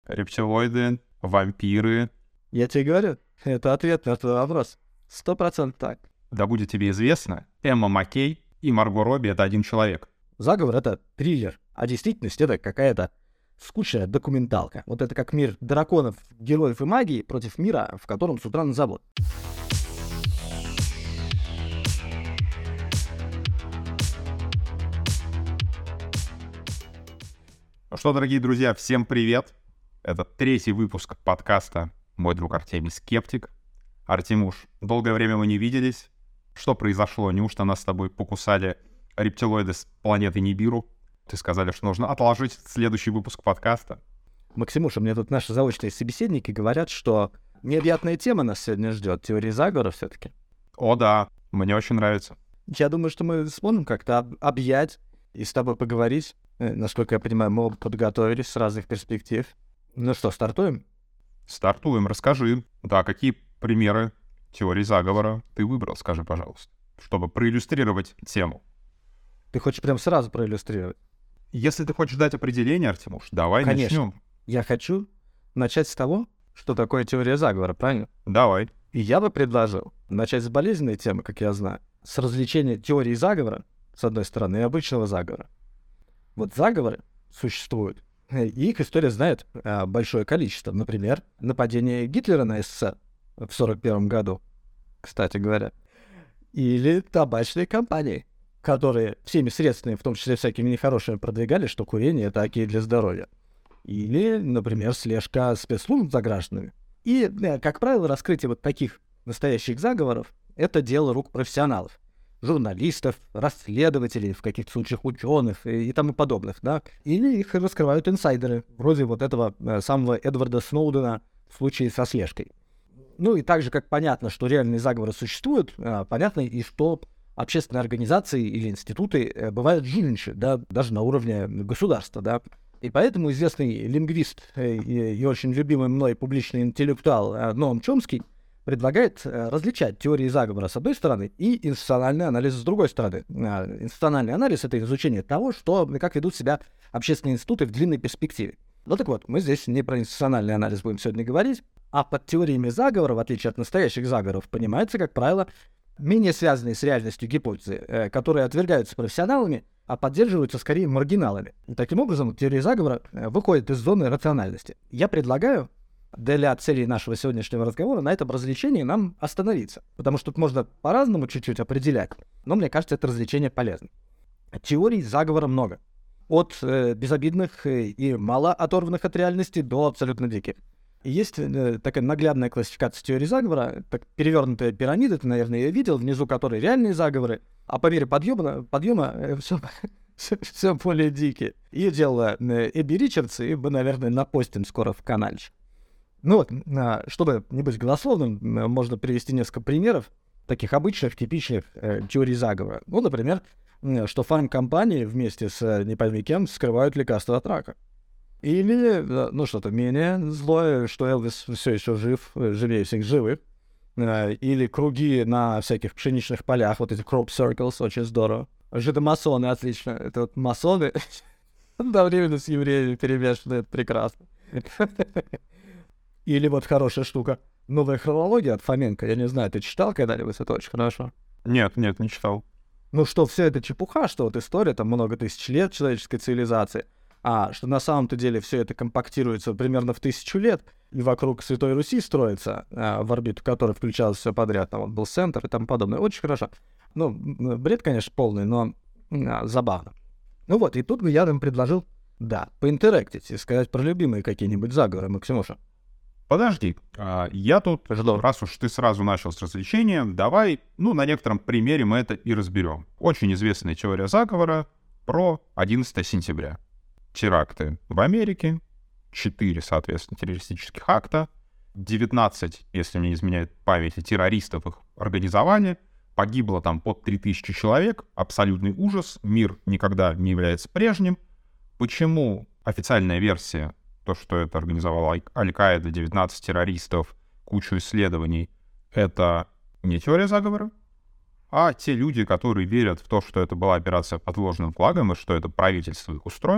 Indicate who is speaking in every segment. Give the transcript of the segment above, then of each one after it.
Speaker 1: Рептилоиды, вампиры.
Speaker 2: Я тебе говорю, это ответ на твой вопрос. 100% так.
Speaker 1: Да будет тебе известно, Эмма Маккей и Марго Робби — это один человек.
Speaker 2: Заговор — это триллер, а действительность — это какая-то скучная документалка. Вот это как мир драконов, героев и магии против мира, в котором с утра на завод.
Speaker 1: Ну что, дорогие друзья, всем привет. Это 3-й выпуск подкаста «Мой друг Артемий Скептик». Артемуш, долгое время мы не виделись. Что произошло? Неужто нас с тобой покусали рептилоиды с планеты Нибиру? Ты сказали, что нужно отложить следующий выпуск подкаста.
Speaker 2: Максимуша, мне тут наши заочные собеседники говорят, что необъятная тема нас сегодня ждет. Теория заговора все-таки.
Speaker 1: О да, мне очень нравится.
Speaker 2: Я думаю, что мы сможем как-то объять и с тобой поговорить. Насколько я понимаю, мы оба подготовились с разных перспектив. Ну что, стартуем?
Speaker 1: Стартуем, расскажи. Да, какие примеры теории заговора ты выбрал, скажи, пожалуйста, чтобы проиллюстрировать тему.
Speaker 2: Ты хочешь прям сразу проиллюстрировать?
Speaker 1: Если ты хочешь дать определение, Артемуш, давай начнем.
Speaker 2: Я хочу начать с того, что такое теория заговора, правильно?
Speaker 1: Давай.
Speaker 2: И я бы предложил начать с болезненной темы, как я знаю, с развлечения теории заговора, с одной стороны, и обычного заговора. Вот заговоры существуют, и их история знает большое количество. Например, нападение Гитлера на СССР в 1941 году, кстати говоря. Или табачные компании, которые всеми средствами, в том числе всякими нехорошими, продвигали, что курение — это окей для здоровья. Или, например, слежка спецслужб за гражданами. И, как правило, раскрытие вот таких настоящих заговоров — это дело рук профессионалов. Журналистов, расследователей, в каких-то случаях ученых и тому подобных, да. Или их раскрывают инсайдеры, вроде вот этого самого Эдварда Сноудена в случае со слежкой. Ну и так же, как понятно, что реальные заговоры существуют, понятно и что общественные организации или институты бывают жульничают, да, даже на уровне государства, да. И поэтому известный лингвист и очень любимый мной публичный интеллектуал Ноам Чомский предлагает различать теории заговора с одной стороны и институциональный анализ с другой стороны. Институциональный анализ — это изучение того, как ведут себя общественные институты в длинной перспективе. Ну так вот, мы здесь не про институциональный анализ будем сегодня говорить, а под теориями заговора, в отличие от настоящих заговоров, понимается, как правило, менее связанные с реальностью гипотезы, которые отвергаются профессионалами, а поддерживаются скорее маргиналами. И таким образом, теория заговора выходит из зоны рациональности. Я предлагаю для целей нашего сегодняшнего разговора на этом развлечении нам остановиться. Потому что тут можно по-разному чуть-чуть определять, но мне кажется, это развлечение полезно. Теорий заговора много. От безобидных и мало оторванных от реальности до абсолютно диких. И есть такая наглядная классификация теории заговора, так перевернутая пирамида, ты, наверное, ее видел, внизу которой реальные заговоры, а по мере подъема все более дикие. Ее делала Эбби Ричардс, и мы, наверное, напостим скоро в канале. Ну вот, чтобы не быть голословным, можно привести несколько примеров таких обычных, типичных теорий заговора. Ну, например, что фармкомпании вместе с не пойми кем скрывают лекарства от рака. Или, ну, что-то менее злое, что Элвис все еще жив, живее всех живых. Или круги на всяких пшеничных полях, вот эти crop circles, очень здорово. Жидомасоны, отлично. Это вот масоны одновременно с евреями перемешаны, это прекрасно. Или вот хорошая штука. Новая хронология от Фоменко. Я не знаю, ты читал когда-нибудь? Это очень хорошо.
Speaker 1: Нет, не читал.
Speaker 2: Ну что, все это чепуха, что вот история, там много тысяч лет человеческой цивилизации, а что на самом-то деле все это компактируется примерно в 1000 лет, и вокруг Святой Руси строится, в орбиту которой включалось все подряд, там вот был центр и тому подобное. Очень хорошо. Ну, бред, конечно, полный, но забавно. Ну вот, и тут бы я им предложил, да, поинтерактить и сказать про любимые какие-нибудь заговоры, Максимуша.
Speaker 1: Подожди, я тут, раз уж ты сразу начал с развлечения, давай, на некотором примере мы это и разберем. Очень известная теория заговора про 11 сентября. Теракты в Америке, 4, соответственно, террористических акта, 19, если мне не изменяет память, террористов их организовали, погибло там под 3000 человек, абсолютный ужас, мир никогда не является прежним. Почему официальная версия, то, что это организовала Аль-Каида, 19 террористов, кучу исследований, это не теория заговора, а те люди, которые верят в то, что это была операция под ложным флагом и что это правительство их устроило,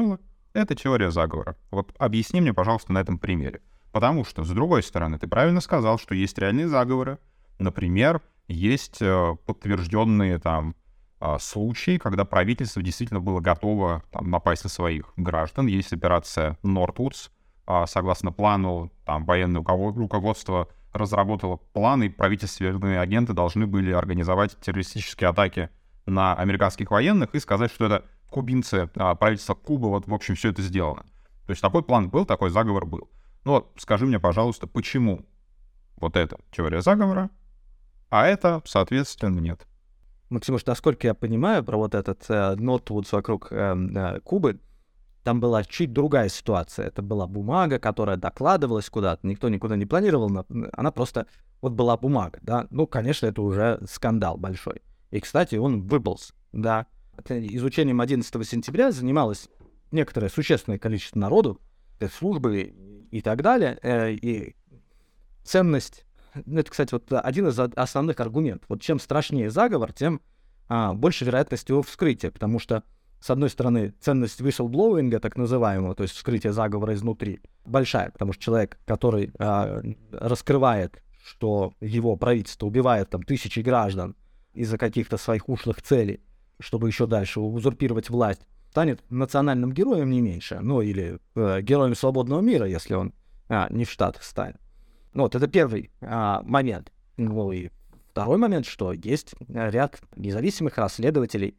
Speaker 1: Это теория заговора. Вот объясни мне, пожалуйста, на этом примере. Потому что, с другой стороны, ты правильно сказал, что есть реальные заговоры. Например, есть подтвержденные там случаи, когда правительство действительно было готово там напасть на своих граждан. Есть операция Нортвудс. Согласно плану, там военное руководство разработало план, и правительственные агенты должны были организовать террористические атаки на американских военных и сказать, что это кубинцы, правительство Кубы, вот, в общем, все это сделано. То есть такой план был, такой заговор был. Ну вот, скажи мне, пожалуйста, почему вот это теория заговора, а это, соответственно, нет?
Speaker 2: Максим, насколько я понимаю, про вот этот Нортвудс вокруг Кубы, там была чуть другая ситуация. Это была бумага, которая докладывалась куда-то, никто никуда не планировал, она просто вот была бумага, да. Ну, конечно, это уже скандал большой. И, кстати, он выполз, да. Изучением 11 сентября занималось некоторое существенное количество народу, спецслужбы и так далее. И ценность, это, кстати, вот один из основных аргументов. Вот чем страшнее заговор, тем больше вероятность его вскрытия, потому что с одной стороны, ценность whistleblowing, так называемого, то есть вскрытия заговора изнутри, большая, потому что человек, который раскрывает, что его правительство убивает там тысячи граждан из-за каких-то своих ушлых целей, чтобы еще дальше узурпировать власть, станет национальным героем не меньше, ну или героем свободного мира, если он не в Штатах станет. Ну вот это первый момент. Ну и второй момент, что есть ряд независимых расследователей,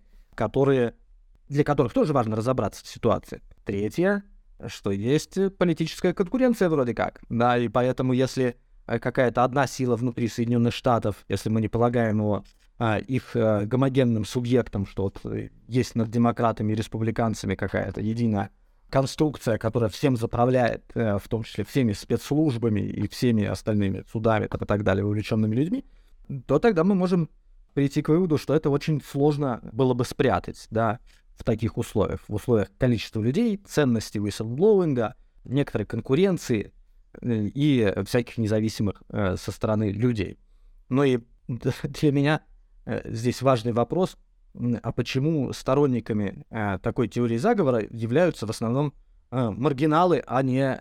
Speaker 2: для которых тоже важно разобраться в ситуации. Третье, что есть политическая конкуренция вроде как. Да, и поэтому если какая-то одна сила внутри Соединенных Штатов, если мы не полагаем его их гомогенным субъектом, что вот есть над демократами и республиканцами какая-то единая конструкция, которая всем заправляет, в том числе всеми спецслужбами и всеми остальными судами и так далее, вовлеченными людьми, то тогда мы можем прийти к выводу, что это очень сложно было бы спрятать, да, в таких условиях, в условиях количества людей, ценности whistleblowing, некоторой конкуренции и всяких независимых со стороны людей. Ну и для меня здесь важный вопрос, а почему сторонниками такой теории заговора являются в основном маргиналы, а не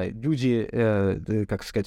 Speaker 2: люди, как сказать,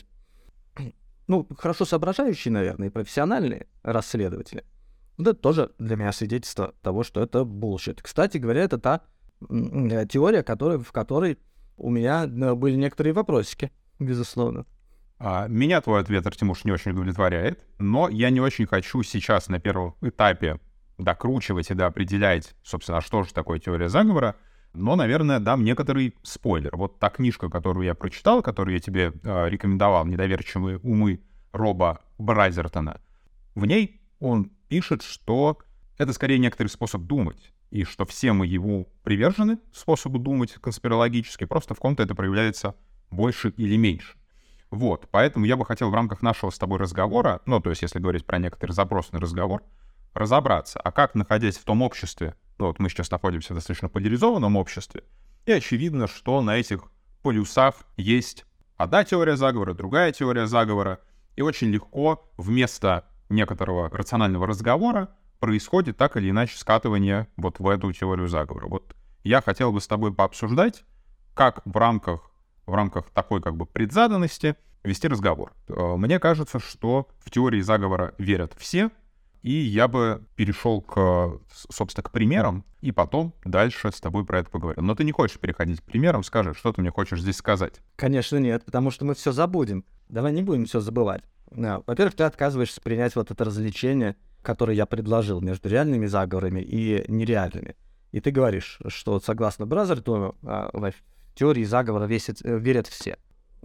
Speaker 2: ну, хорошо соображающие, наверное, и профессиональные расследователи. Это тоже для меня свидетельство того, что это bullshit. Кстати говоря, это та теория, в которой у меня были некоторые вопросики, безусловно.
Speaker 1: Меня твой ответ, Артемуш, не очень удовлетворяет, но я не очень хочу сейчас на первом этапе докручивать и доопределять, собственно, что же такое теория заговора, но, наверное, дам некоторый спойлер. Вот та книжка, которую я прочитал, которую я тебе рекомендовал, «Недоверчивые умы» Роба Бразертона, в ней он пишет, что это скорее некоторый способ думать, и что все мы его привержены способу думать конспирологически, просто в ком-то это проявляется больше или меньше. Вот, поэтому я бы хотел в рамках нашего с тобой разговора, ну, то есть если говорить про некоторый запросный разговор, разобраться, а как, находясь в том обществе, ну, вот мы сейчас находимся в достаточно поляризованном обществе, и очевидно, что на этих полюсах есть одна теория заговора, другая теория заговора, и очень легко вместо некоторого рационального разговора происходит так или иначе скатывание вот в эту теорию заговора. Вот я хотел бы с тобой пообсуждать, как в рамках такой как бы предзаданности вести разговор. Мне кажется, что в теории заговора верят все, и я бы перешел собственно, к примерам, и потом дальше с тобой про это поговорим. Но ты не хочешь переходить к примерам, скажи, что ты мне хочешь здесь сказать?
Speaker 2: Конечно, нет, потому что мы все забудем. Давай не будем все забывать. Во-первых, ты отказываешься принять вот это развлечение, которое я предложил между реальными заговорами и нереальными. И ты говоришь, что согласно Бразертону в теории заговора верят все.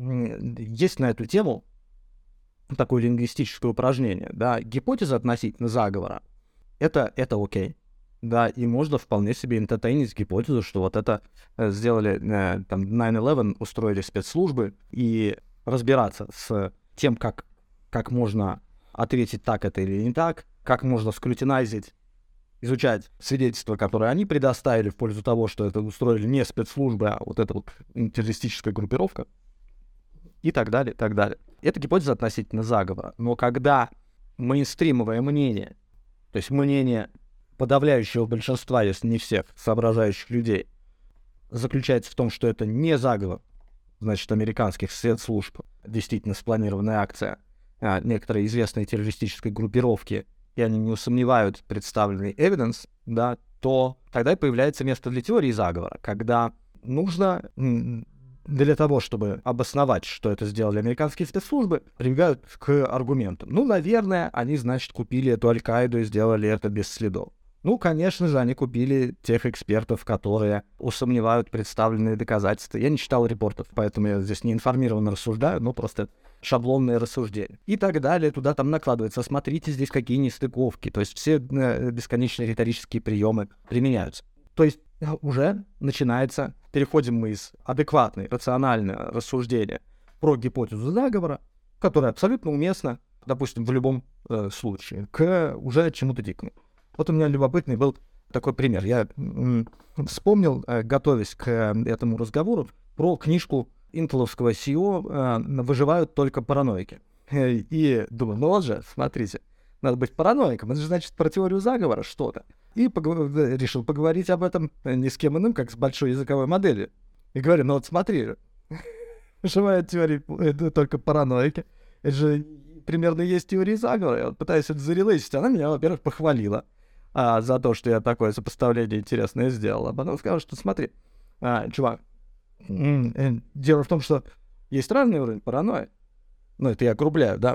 Speaker 2: Есть на эту тему такое лингвистическое упражнение, да, гипотеза относительно заговора, это окей, да, и можно вполне себе энтертейнить гипотезу, что вот это сделали, там, 9/11 устроили спецслужбы, и разбираться с тем, как можно ответить так это или не так, как можно скрутинайзить, изучать свидетельства, которые они предоставили в пользу того, что это устроили не спецслужбы, а вот эта вот террористическая группировка, и так далее, и так далее. Это гипотеза относительно заговора. Но когда мейнстримовое мнение, то есть мнение подавляющего большинства, если не всех соображающих людей, заключается в том, что это не заговор, значит, американских спецслужб, действительно спланированная акция некоторой известной террористической группировки, и они не усомневают представленный evidence, да, то тогда и появляется место для теории заговора, когда нужно для того, чтобы обосновать, что это сделали американские спецслужбы, прибегают к аргументам. Ну, наверное, они, значит, купили эту Аль-Каиду и сделали это без следов. Ну, конечно же, они купили тех экспертов, которые усомневают представленные доказательства. Я не читал репортов, поэтому я здесь не информированно рассуждаю, но просто шаблонные рассуждения. И так далее, туда там накладывается. Смотрите, здесь какие нестыковки. То есть все бесконечные риторические приемы применяются. То есть уже начинается, переходим мы из адекватной, рационального рассуждения про гипотезу заговора, которая абсолютно уместна, допустим, в любом случае, к уже чему-то дикому. Вот у меня любопытный был такой пример. Я вспомнил, готовясь к этому разговору, про книжку интеловского CEO «Выживают только параноики». И думаю, ну вот же, смотрите, надо быть параноиком, это же значит про теорию заговора что-то. И решил поговорить об этом ни с кем иным, как с большой языковой моделью. И говорю, ну вот смотри, выживают теории только параноики, это же примерно есть теория заговора. Я вот пытаюсь это зарелейсить, она меня, во-первых, похвалила за то, что я такое сопоставление интересное сделал, а потом сказала, что смотри, чувак, дело в том, что есть разный уровень паранойи. Ну, это я округляю, да.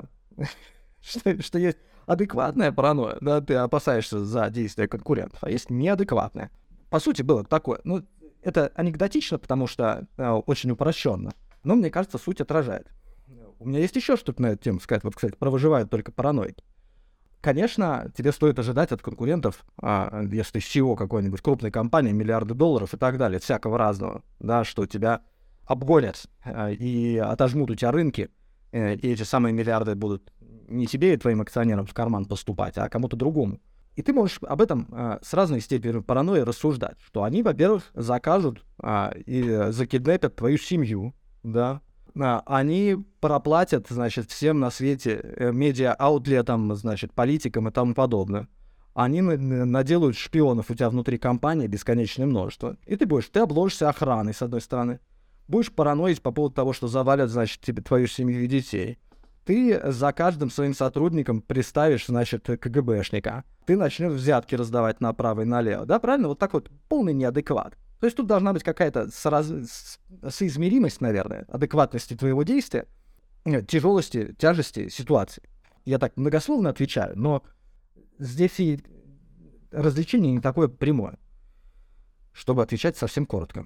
Speaker 2: Что есть адекватная паранойя, да, ты опасаешься за действия конкурентов, а есть неадекватная. По сути, было такое. Ну, это анекдотично, потому что очень упрощенно, но, мне кажется, суть отражает. У меня есть еще что-то на эту тему сказать. Вот, кстати, про выживают только параноики. Конечно, тебе стоит ожидать от конкурентов, если ты CEO какой-нибудь крупной компании, миллиарды долларов и так далее, всякого разного, да, что тебя обгонят и отожмут у тебя рынки, и эти самые миллиарды будут не тебе и твоим акционерам в карман поступать, а кому-то другому. И ты можешь об этом с разной степенью паранойи рассуждать, что они, во-первых, закажут и закиднепят твою семью, да, они проплатят, значит, всем на свете медиа-аутлетам, значит, политикам и тому подобное. Они наделают шпионов у тебя внутри компании бесконечное множество. И ты обложишься охраной, с одной стороны. Будешь параноить по поводу того, что завалят, значит, тебе твою семью и детей. Ты за каждым своим сотрудником приставишь, значит, КГБшника. Ты начнешь взятки раздавать направо и налево. Да, правильно? Вот так вот полный неадекват. То есть тут должна быть какая-то соизмеримость, наверное, адекватности твоего действия, тяжелости, тяжести ситуации. Я так многословно отвечаю, но здесь и развлечение не такое прямое, чтобы отвечать совсем коротко.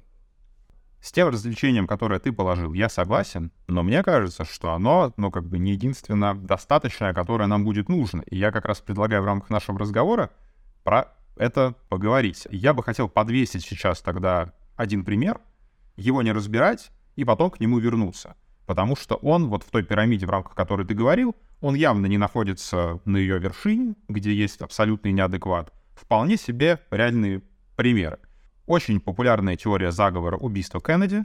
Speaker 1: С тем развлечением, которое ты положил, я согласен, но мне кажется, что оно, не единственно достаточное, которое нам будет нужно. И я как раз предлагаю в рамках нашего разговора про это поговорить. Я бы хотел подвесить сейчас тогда один пример, его не разбирать и потом к нему вернуться. Потому что он вот в той пирамиде, в рамках которой ты говорил, он явно не находится на ее вершине, где есть абсолютный неадекват. Вполне себе реальные примеры. Очень популярная теория заговора убийства Кеннеди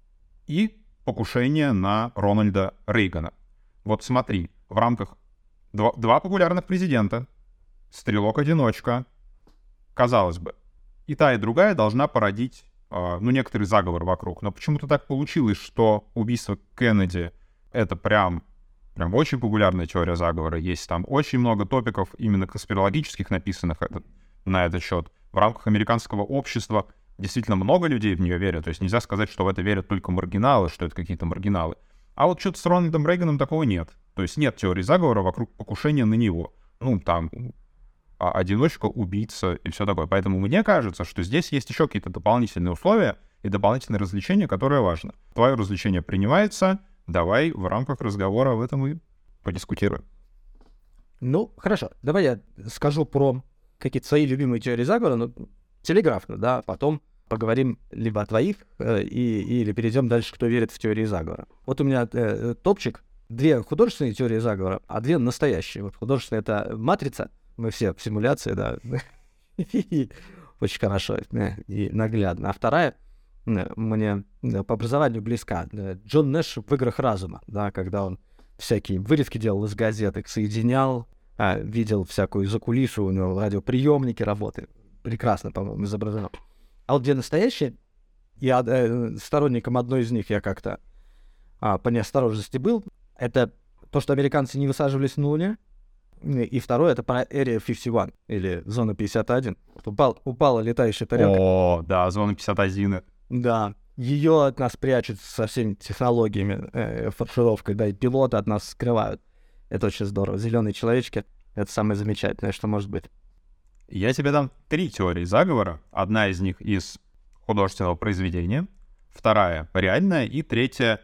Speaker 1: и покушение на Рональда Рейгана. Вот смотри, в рамках два популярных президента, стрелок-одиночка, казалось бы, и та, и другая должна породить, некоторый заговор вокруг. Но почему-то так получилось, что убийство Кеннеди — это прям очень популярная теория заговора. Есть там очень много топиков, именно конспирологических, написанных на этот счет. В рамках американского общества действительно много людей в нее верят. То есть нельзя сказать, что в это верят только маргиналы, что это какие-то маргиналы. А вот что-то с Рональдом Рейганом такого нет. То есть нет теории заговора вокруг покушения на него. Одиночка, убийца и все такое. Поэтому мне кажется, что здесь есть еще какие-то дополнительные условия и дополнительные развлечения, которые важны. Твое развлечение принимается. Давай в рамках разговора об этом и подискутируем.
Speaker 2: Ну, хорошо. Давай я скажу про какие-то свои любимые теории заговора, телеграфно, да, потом поговорим либо о твоих, или перейдем дальше, кто верит в теории заговора. Вот у меня топчик, 2 художественные теории заговора, а 2 настоящие. Вот художественная — это «Матрица», мы все в симуляции, да, очень хорошо и наглядно. А вторая мне по образованию близка. Джон Нэш в «Играх разума», да, когда он всякие вырезки делал из газеток, соединял, видел всякую закулису, у него радиоприемники работают. Прекрасно, по-моему, изображено. А вот 2 настоящие сторонником одной из них я как-то по неосторожности был. Это то, что американцы не высаживались на Луне. И второе, это про Area 51, или Зона 51. Упала летающая тарелка.
Speaker 1: О, да, Зона 51.
Speaker 2: Да. Ее от нас прячут со всеми технологиями, фаршировкой, да, и пилоты от нас скрывают. Это очень здорово. Зеленые человечки — это самое замечательное, что может быть.
Speaker 1: Я тебе дам 3 теории заговора. Одна из них из художественного произведения, вторая реальная, и третья,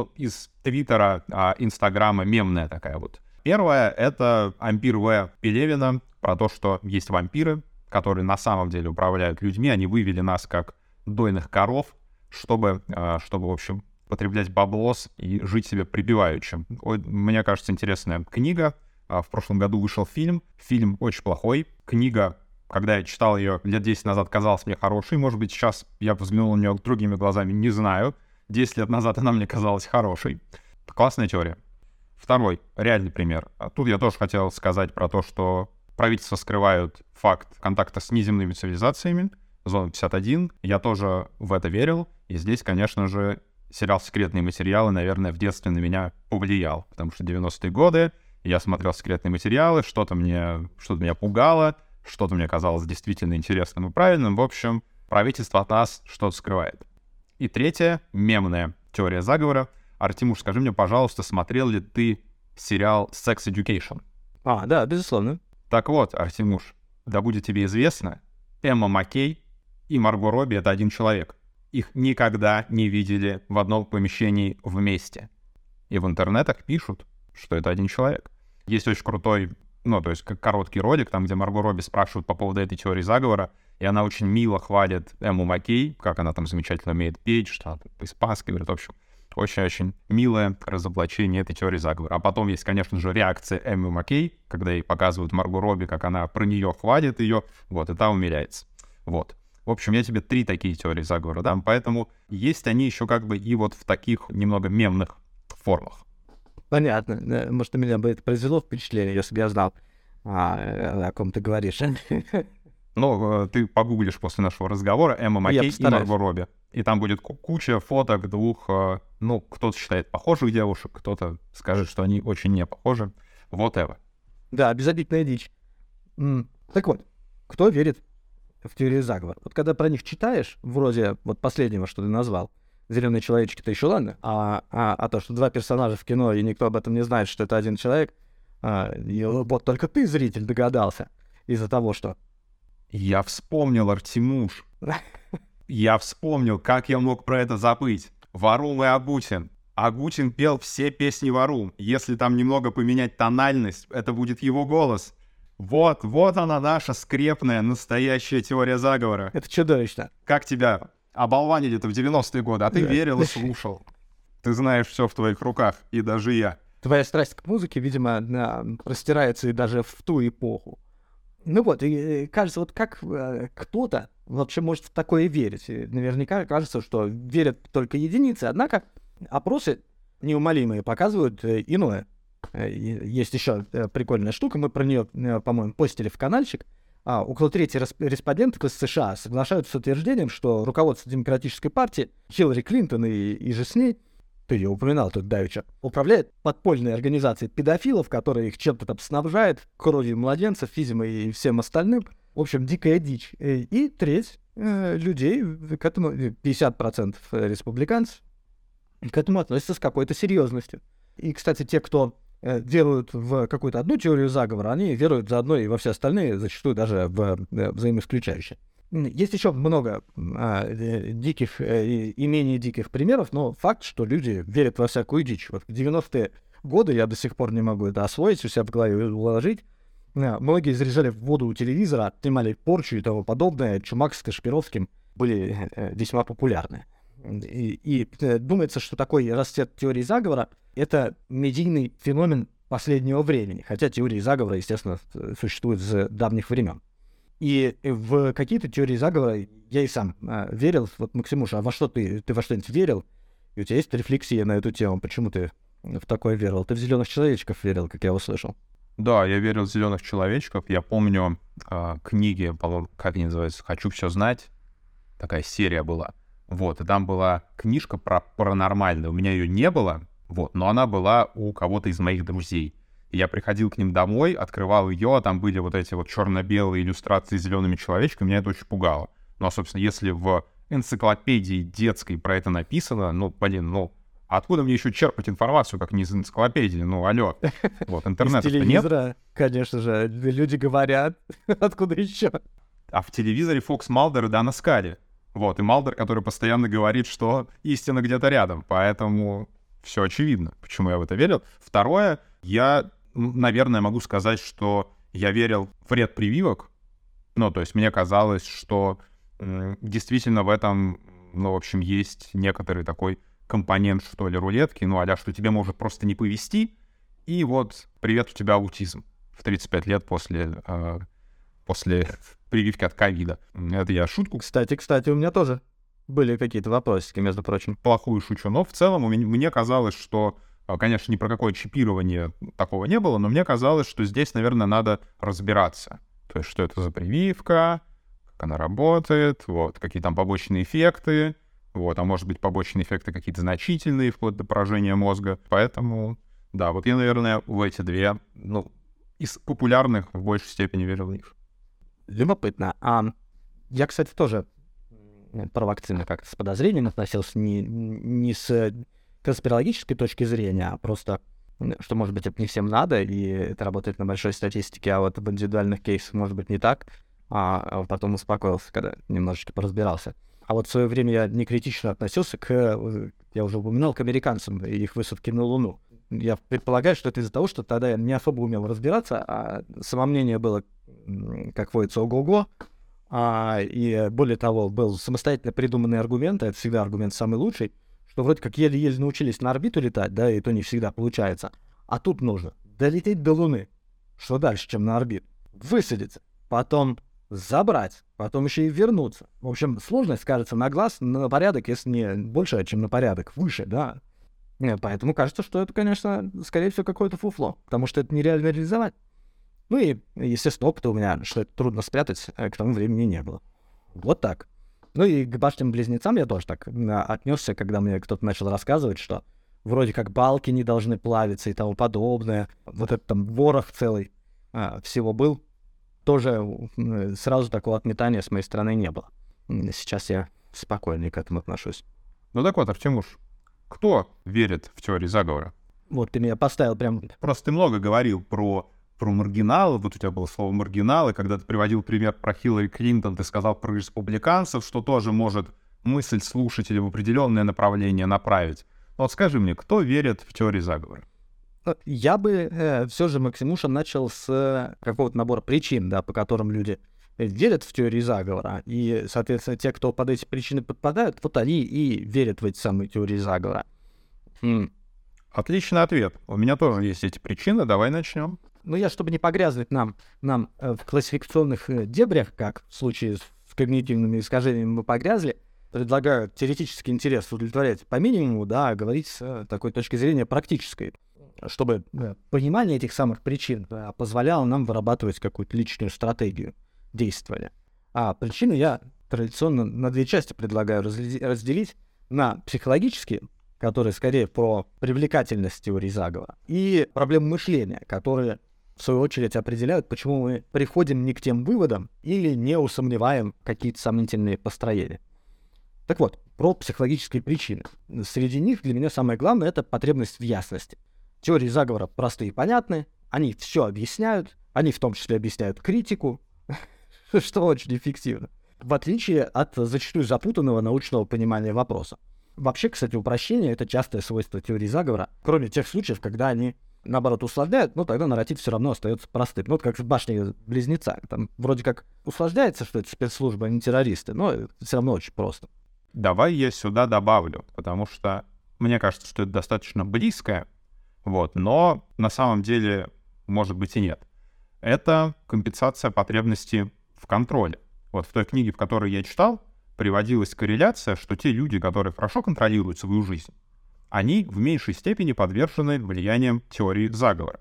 Speaker 1: из Твиттера, Инстаграма, мемная такая вот. Первая — это Ампир В. Пелевина про то, что есть вампиры, которые на самом деле управляют людьми. Они вывели нас как дойных коров, чтобы в общем, потреблять баблос и жить себе припеваючи. Мне кажется, интересная книга. В прошлом году вышел фильм. Фильм очень плохой. Книга, когда я читал ее лет 10 назад, казалась мне хорошей. Может быть, сейчас я взглянул на нее другими глазами, не знаю. 10 лет назад она мне казалась хорошей. Классная теория. Второй, реальный пример. Тут я тоже хотел сказать про то, что правительства скрывают факт контакта с неземными цивилизациями. Зона 51. Я тоже в это верил. И здесь, конечно же, сериал «Секретные материалы», наверное, в детстве на меня повлиял. Потому что 90-е годы я смотрел «Секретные материалы», что-то меня пугало, что-то мне казалось действительно интересным и правильным. В общем, правительство от нас что-то скрывает. И третья, мемная теория заговора. Артемуш, скажи мне, пожалуйста, смотрел ли ты сериал «Sex Education»?
Speaker 2: Да, безусловно.
Speaker 1: Так вот, Артемуш, да будет тебе известно, Эмма Маккей и Марго Робби — это один человек. Их никогда не видели в одном помещении вместе. И в интернетах пишут, что это один человек. Есть очень крутой, то есть как короткий ролик, там, где Марго Робби спрашивают по поводу этой теории заговора, и она очень мило хвалит Эмму Маккей, как она там замечательно умеет петь, что она по-испански говорит, в общем. Очень-очень милое разоблачение этой теории заговора. А потом есть, конечно же, реакция Эммы Маккей, когда ей показывают Марго Робби, как она про нее хвалит ее, и та умиляется. В общем, я тебе 3 такие теории заговора дам, поэтому есть они еще и вот в таких немного мемных формах.
Speaker 2: Понятно. Может, на меня бы это произвело впечатление, если бы я знал, о ком ты говоришь.
Speaker 1: Ты погуглишь после нашего разговора Эмма Маккей и Марго Робби. И там будет куча фоток двух, кто-то считает похожих девушек, кто-то скажет, что они очень не похожи. Whatever.
Speaker 2: Да, безобидная дичь. Так вот, кто верит в теорию заговора? Вот когда про них читаешь, вроде вот последнего, что ты назвал, «Зеленые человечки»-то еще ладно, а то, что 2 персонажа в кино, и никто об этом не знает, что это один человек, и вот только ты, зритель, догадался из-за того, что...
Speaker 1: Я вспомнил, Артемуш. Я вспомнил, как я мог про это забыть. Варум и Агутин. Агутин пел все песни Варум. Если там немного поменять тональность, это будет его голос. Вот она наша скрепная, настоящая теория заговора.
Speaker 2: Это чудовищно.
Speaker 1: Как тебя оболванили-то в 90-е годы, а ты верил и слушал. Ты знаешь, все в твоих руках, и даже я.
Speaker 2: Твоя страсть к музыке, видимо, простирается и даже в ту эпоху. И кажется, вот как кто-то вообще может в такое верить. И наверняка кажется, что верят только единицы. Однако опросы неумолимые показывают иное. Есть еще прикольная штука, мы про нее, по-моему, постили в каналчик. Около трети респондентов из США соглашаются с утверждением, что руководство Демократической партии, Хиллари Клинтон и же с ней, ты ее упоминал тут давеча, управляет подпольной организацией педофилов, которая их чем-то там снабжает, кровью младенцев, физимом и всем остальным. В общем, дикая дичь. И треть людей к этому, 50% республиканцев, к этому относятся с какой-то серьезностью. И, кстати, те, кто веруют в какую-то одну теорию заговора, они веруют заодно и во все остальные, зачастую даже в взаимоисключающие. Есть еще много диких и менее диких примеров, но факт, что люди верят во всякую дичь. Вот в 90-е годы я до сих пор не могу это освоить, у себя в голове уложить. Многие заряжали в воду у телевизора, отнимали порчу и тому подобное. Чумак с Кашпировским были весьма популярны. И думается, что такой расцвет теории заговора — это медийный феномен последнего времени. Хотя теории заговора, естественно, существуют с давних времен. И в какие-то теории заговора я и сам верил. Вот, Максимуш, а во что ты во что-нибудь верил? И у тебя есть рефлексия на эту тему? Почему ты в такое верил? Ты в «Зеленых человечков» верил, как я услышал.
Speaker 1: Да, я верил в «Зеленых человечков». Я помню книги, по-моему, как они называются, «Хочу все знать». Такая серия была. Вот, и там была книжка про паранормальное. У меня ее не было, вот, но она была у кого-то из моих друзей. И я приходил к ним домой, открывал ее, а там были вот эти вот черно-белые иллюстрации с зелеными человечками, меня это очень пугало. Ну, а, собственно, если в энциклопедии детской про это написано, ну, блин, ну, откуда мне еще черпать информацию, как не из энциклопедии? Ну, алло. Вот, интернета-то нет.
Speaker 2: Из телевизора, конечно же, люди говорят, откуда еще?
Speaker 1: А в телевизоре Фокс Малдер и Дана Скали. Вот, и Малдер, который постоянно говорит, что истина где-то рядом. Поэтому все очевидно, почему я в это верил. Второе, я, наверное, могу сказать, что я верил в вред прививок. Ну, то есть мне казалось, что действительно в этом, ну, в общем, есть некоторый такой компонент, что ли, рулетки, ну, а-ля, что тебе может просто не повезти, и вот привет, у тебя аутизм в 35 лет после прививки от ковида. Это я шутку.
Speaker 2: Кстати, у меня тоже были какие-то вопросики, между прочим.
Speaker 1: Плохую шучу, но в целом мне казалось, что, конечно, ни про какое чипирование такого не было, но мне казалось, что здесь, наверное, надо разбираться. То есть, что это за прививка, как она работает, вот, какие там побочные эффекты, вот, а может быть, побочные эффекты какие-то значительные, вплоть до поражения мозга. Поэтому, да, вот я, наверное, в эти две, ну, из популярных в большей степени верил в них.
Speaker 2: Любопытно. Я, кстати, тоже про вакцины как-то с подозрением относился, не с конспирологической точки зрения, а просто, что, может быть, это не всем надо, и это работает на большой статистике, а вот в индивидуальных кейсах, может быть, не так, а потом успокоился, когда немножечко поразбирался. А вот в свое время я не критично относился я уже упоминал, к американцам и их высадке на Луну. Я предполагаю, что это из-за того, что тогда я не особо умел разбираться, а самомнение было, как водится, ого-го. И более того, был самостоятельно придуманный аргумент, а это всегда аргумент самый лучший, что вроде как еле-еле научились на орбиту летать, да, и то не всегда получается. А тут нужно долететь до Луны. Что дальше, чем на орбиту? Высадиться, потом забрать, потом еще и вернуться. В общем, сложность кажется на глаз на порядок, если не больше, чем на порядок, выше, да. Поэтому кажется, что это, конечно, скорее всего, какое-то фуфло, потому что это нереально реализовать. Ну и, естественно, опыта у меня, что это трудно спрятать, к тому времени не было. Вот так. Ну и к башенным близнецам я тоже так отнесся, когда мне кто-то начал рассказывать, что вроде как балки не должны плавиться и тому подобное. Вот это там ворох целый всего был. Тоже сразу такого отметания с моей стороны не было. Сейчас я спокойнее к этому отношусь.
Speaker 1: Ну так вот, Артемуш, кто верит в теории заговора?
Speaker 2: Вот ты меня поставил прям...
Speaker 1: Просто ты много говорил про маргиналы, вот у тебя было слово маргиналы, когда ты приводил пример про Хиллари Клинтон, ты сказал про республиканцев, что тоже может мысль слушателя в определенное направление направить. Вот скажи мне, кто верит в теории заговора?
Speaker 2: Я бы все же, Максимуша, начал с какого-то набора причин, да, по которым люди верят в теории заговора. И, соответственно, те, кто под эти причины подпадают, вот они и верят в эти самые теории заговора.
Speaker 1: Отличный ответ. У меня тоже есть эти причины, давай начнем.
Speaker 2: Ну, я, чтобы не погрязнуть нам в классификационных дебрях, как в случае с когнитивными искажениями мы погрязли, предлагаю теоретический интерес удовлетворять по минимуму, да, говорить с такой точки зрения практической, чтобы понимание этих самых причин позволяло нам вырабатывать какую-то личную стратегию действования. А причины я традиционно на две части предлагаю разделить: на психологические, которые скорее про привлекательность теории заговора, и проблемы мышления, которые, в свою очередь, определяют, почему мы приходим не к тем выводам или не усомневаем какие-то сомнительные построения. Так вот, про психологические причины. Среди них для меня самое главное — это потребность в ясности. Теории заговора простые и понятны, они все объясняют, они в том числе объясняют критику, что очень эффективно, в отличие от зачастую запутанного научного понимания вопроса. Вообще, кстати, упрощение — это частое свойство теории заговора, кроме тех случаев, когда они, наоборот, усложняют, но тогда нарратив все равно остается простым. Ну, вот как в «Башне-близнеца». Там вроде как усложняется, что это спецслужба, а не террористы, но это все равно очень просто.
Speaker 1: Давай я сюда добавлю, потому что мне кажется, что это достаточно близкое, вот, но на самом деле, может быть, и нет. Это компенсация потребности в контроле. Вот в той книге, в которой я читал, приводилась корреляция, что те люди, которые хорошо контролируют свою жизнь, они в меньшей степени подвержены влияниям теории заговора.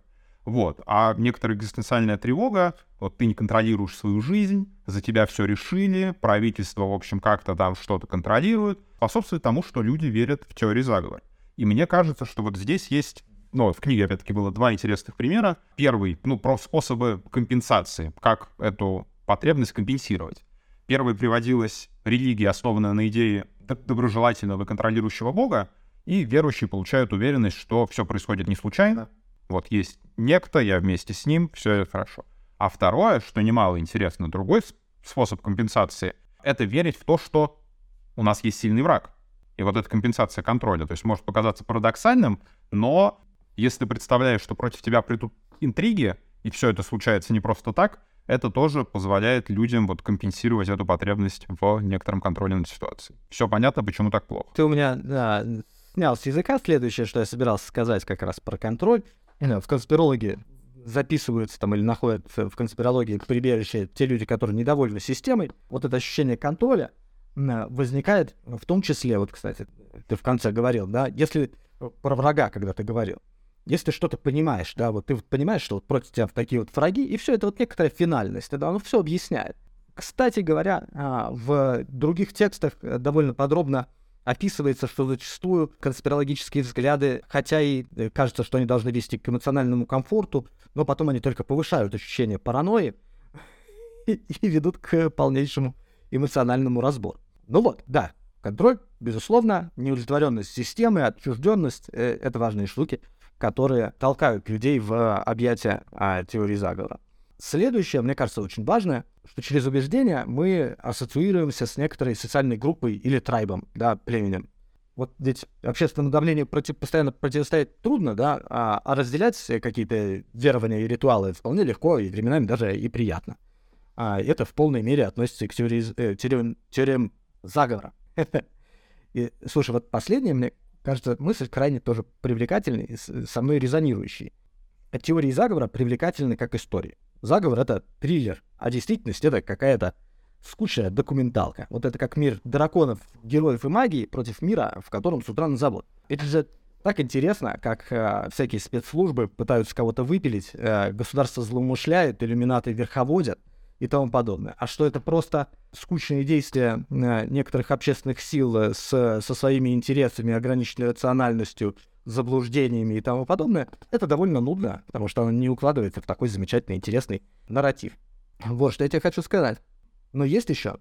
Speaker 1: Вот. А некоторая экзистенциальная тревога, вот ты не контролируешь свою жизнь, за тебя все решили, правительство, в общем, как-то там что-то контролирует, способствует тому, что люди верят в теории заговора. И мне кажется, что вот здесь есть, в книге, опять-таки, было два интересных примера. Первый, про способы компенсации, как эту потребность компенсировать. Первой приводилась религия, основанная на идее доброжелательного и контролирующего Бога, и верующие получают уверенность, что все происходит не случайно. Вот есть некто, я вместе с ним, все хорошо. А второе, что немало интересно, другой способ компенсации — это верить в то, что у нас есть сильный враг. И вот эта компенсация контроля, то есть может показаться парадоксальным, но если ты представляешь, что против тебя придут интриги, и все это случается не просто так, это тоже позволяет людям вот компенсировать эту потребность в некотором контроле над ситуацией. Все понятно, почему так плохо.
Speaker 2: Ты у меня снял с языка следующее, что я собирался сказать как раз про контроль. В конспирологии записываются там или находят в конспирологии прибежище те люди, которые недовольны системой. Вот это ощущение контроля возникает в том числе, вот, кстати, ты в конце говорил, да, если про врага, когда ты говорил, если ты что-то понимаешь, да, вот ты понимаешь, что вот против тебя такие вот враги, и все это вот некоторая финальность, да, оно все объясняет. Кстати говоря, в других текстах довольно подробно описывается, что зачастую конспирологические взгляды, хотя и кажется, что они должны вести к эмоциональному комфорту, но потом они только повышают ощущение паранойи и ведут к полнейшему эмоциональному разбору. Ну вот, да, контроль, безусловно, неудовлетворенность системы, отчужденность — это важные штуки, которые толкают людей в объятия теории заговора. Следующее, мне кажется, очень важное, что через убеждения мы ассоциируемся с некоторой социальной группой или трайбом, да, племенем. Вот ведь общественному давлению постоянно противостоять трудно, да, а разделять какие-то верования и ритуалы вполне легко и временами даже и приятно. Это в полной мере относится и к теориям заговора. И, слушай, вот последнее, мне кажется, мысль крайне тоже привлекательной и со мной резонирующей. Теории заговора привлекательны как истории. Заговор — это триллер, а действительность — это какая-то скучная документалка. Вот это как мир драконов, героев и магии против мира, в котором с утра на завод. Это же так интересно, как всякие спецслужбы пытаются кого-то выпилить, государство злоумышляет, иллюминаты верховодят и тому подобное. А что это просто скучные действия некоторых общественных сил со своими интересами, ограниченной рациональностью, заблуждениями и тому подобное, это довольно нудно, потому что оно не укладывается в такой замечательный, интересный нарратив. Вот что я тебе хочу сказать. Но есть еще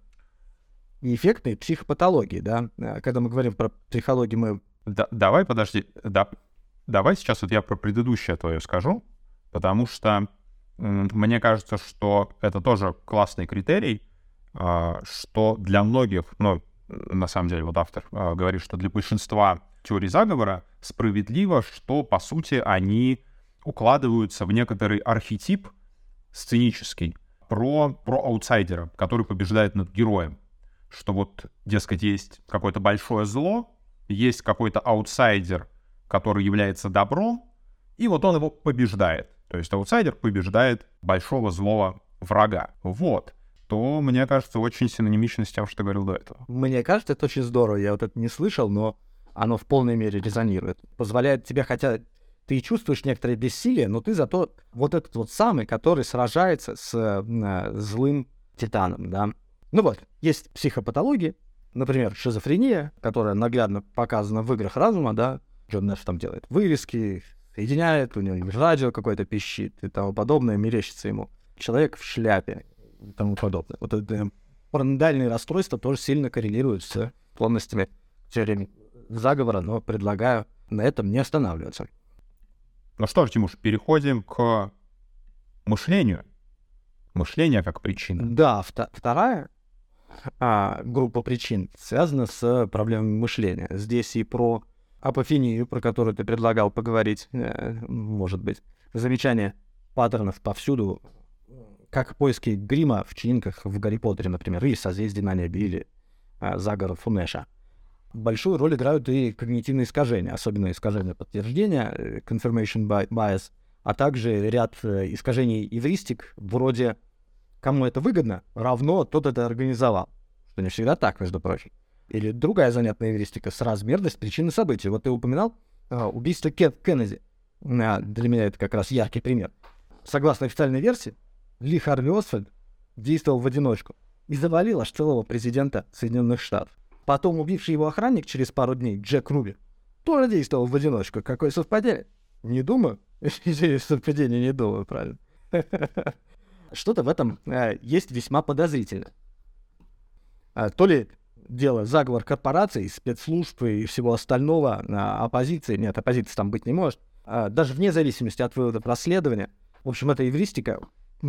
Speaker 2: и эффектные психопатологии, да. Когда мы говорим про психологию, мы...
Speaker 1: Давай, подожди, давай сейчас вот я про предыдущее твое скажу, потому что мне кажется, что это тоже классный критерий, что для многих, на самом деле, вот автор говорит, что для большинства теорий заговора справедливо, что, по сути, они укладываются в некоторый архетип сценический про аутсайдера, который побеждает над героем. Что вот, дескать, есть какое-то большое зло, есть какой-то аутсайдер, который является добром, и вот он его побеждает. То есть аутсайдер побеждает большого злого врага. Вот. То, мне кажется, очень синонимично с тем, что ты говорил до этого.
Speaker 2: Мне кажется, это очень здорово. Я вот это не слышал, но оно в полной мере резонирует. Позволяет тебе, хотя ты и чувствуешь некоторое бессилие, но ты зато вот этот вот самый, который сражается с злым титаном, да. Ну вот, есть психопатологии, например, шизофрения, которая наглядно показана в играх разума, да. Джон Нэш там делает вырезки, соединяет, у него радио какое-то пищит и тому подобное, мерещится ему. Человек в шляпе и тому подобное. Вот это параноидальные расстройства тоже сильно коррелируют с склонностями к теории заговора, но предлагаю на этом не останавливаться.
Speaker 1: Ну что ж, Тимуш, переходим к мышлению. Мышление как причина.
Speaker 2: Да, вторая группа причин связана с проблемами мышления. Здесь и про апофению, про которую ты предлагал поговорить, может быть. Замечание паттернов повсюду, как поиски грима в чининках в Гарри Поттере, например, или созвездие на небе, или заговор Фунеша. Большую роль играют и когнитивные искажения, особенно искажения подтверждения, confirmation bias, а также ряд искажений эвристик, вроде «кому это выгодно, равно тот это организовал», что не всегда так, между прочим. Или другая занятная эвристика — соразмерность причины событий. Вот ты упоминал убийство Кеннеди. для меня это как раз яркий пример. Согласно официальной версии, Ли Харви Освальд действовал в одиночку и завалил аж целого президента Соединенных Штатов. Потом убивший его охранник через пару дней, Джек Руби, тоже действовал в одиночку. Какое совпадение? Не думаю. Совпадение не думаю, правильно. Что-то в этом есть весьма подозрительно. То ли дело заговор корпораций, спецслужб и всего остального, оппозиции. Нет, оппозиции там быть не может. Даже вне зависимости от выводов расследования. В общем, эта эвристика,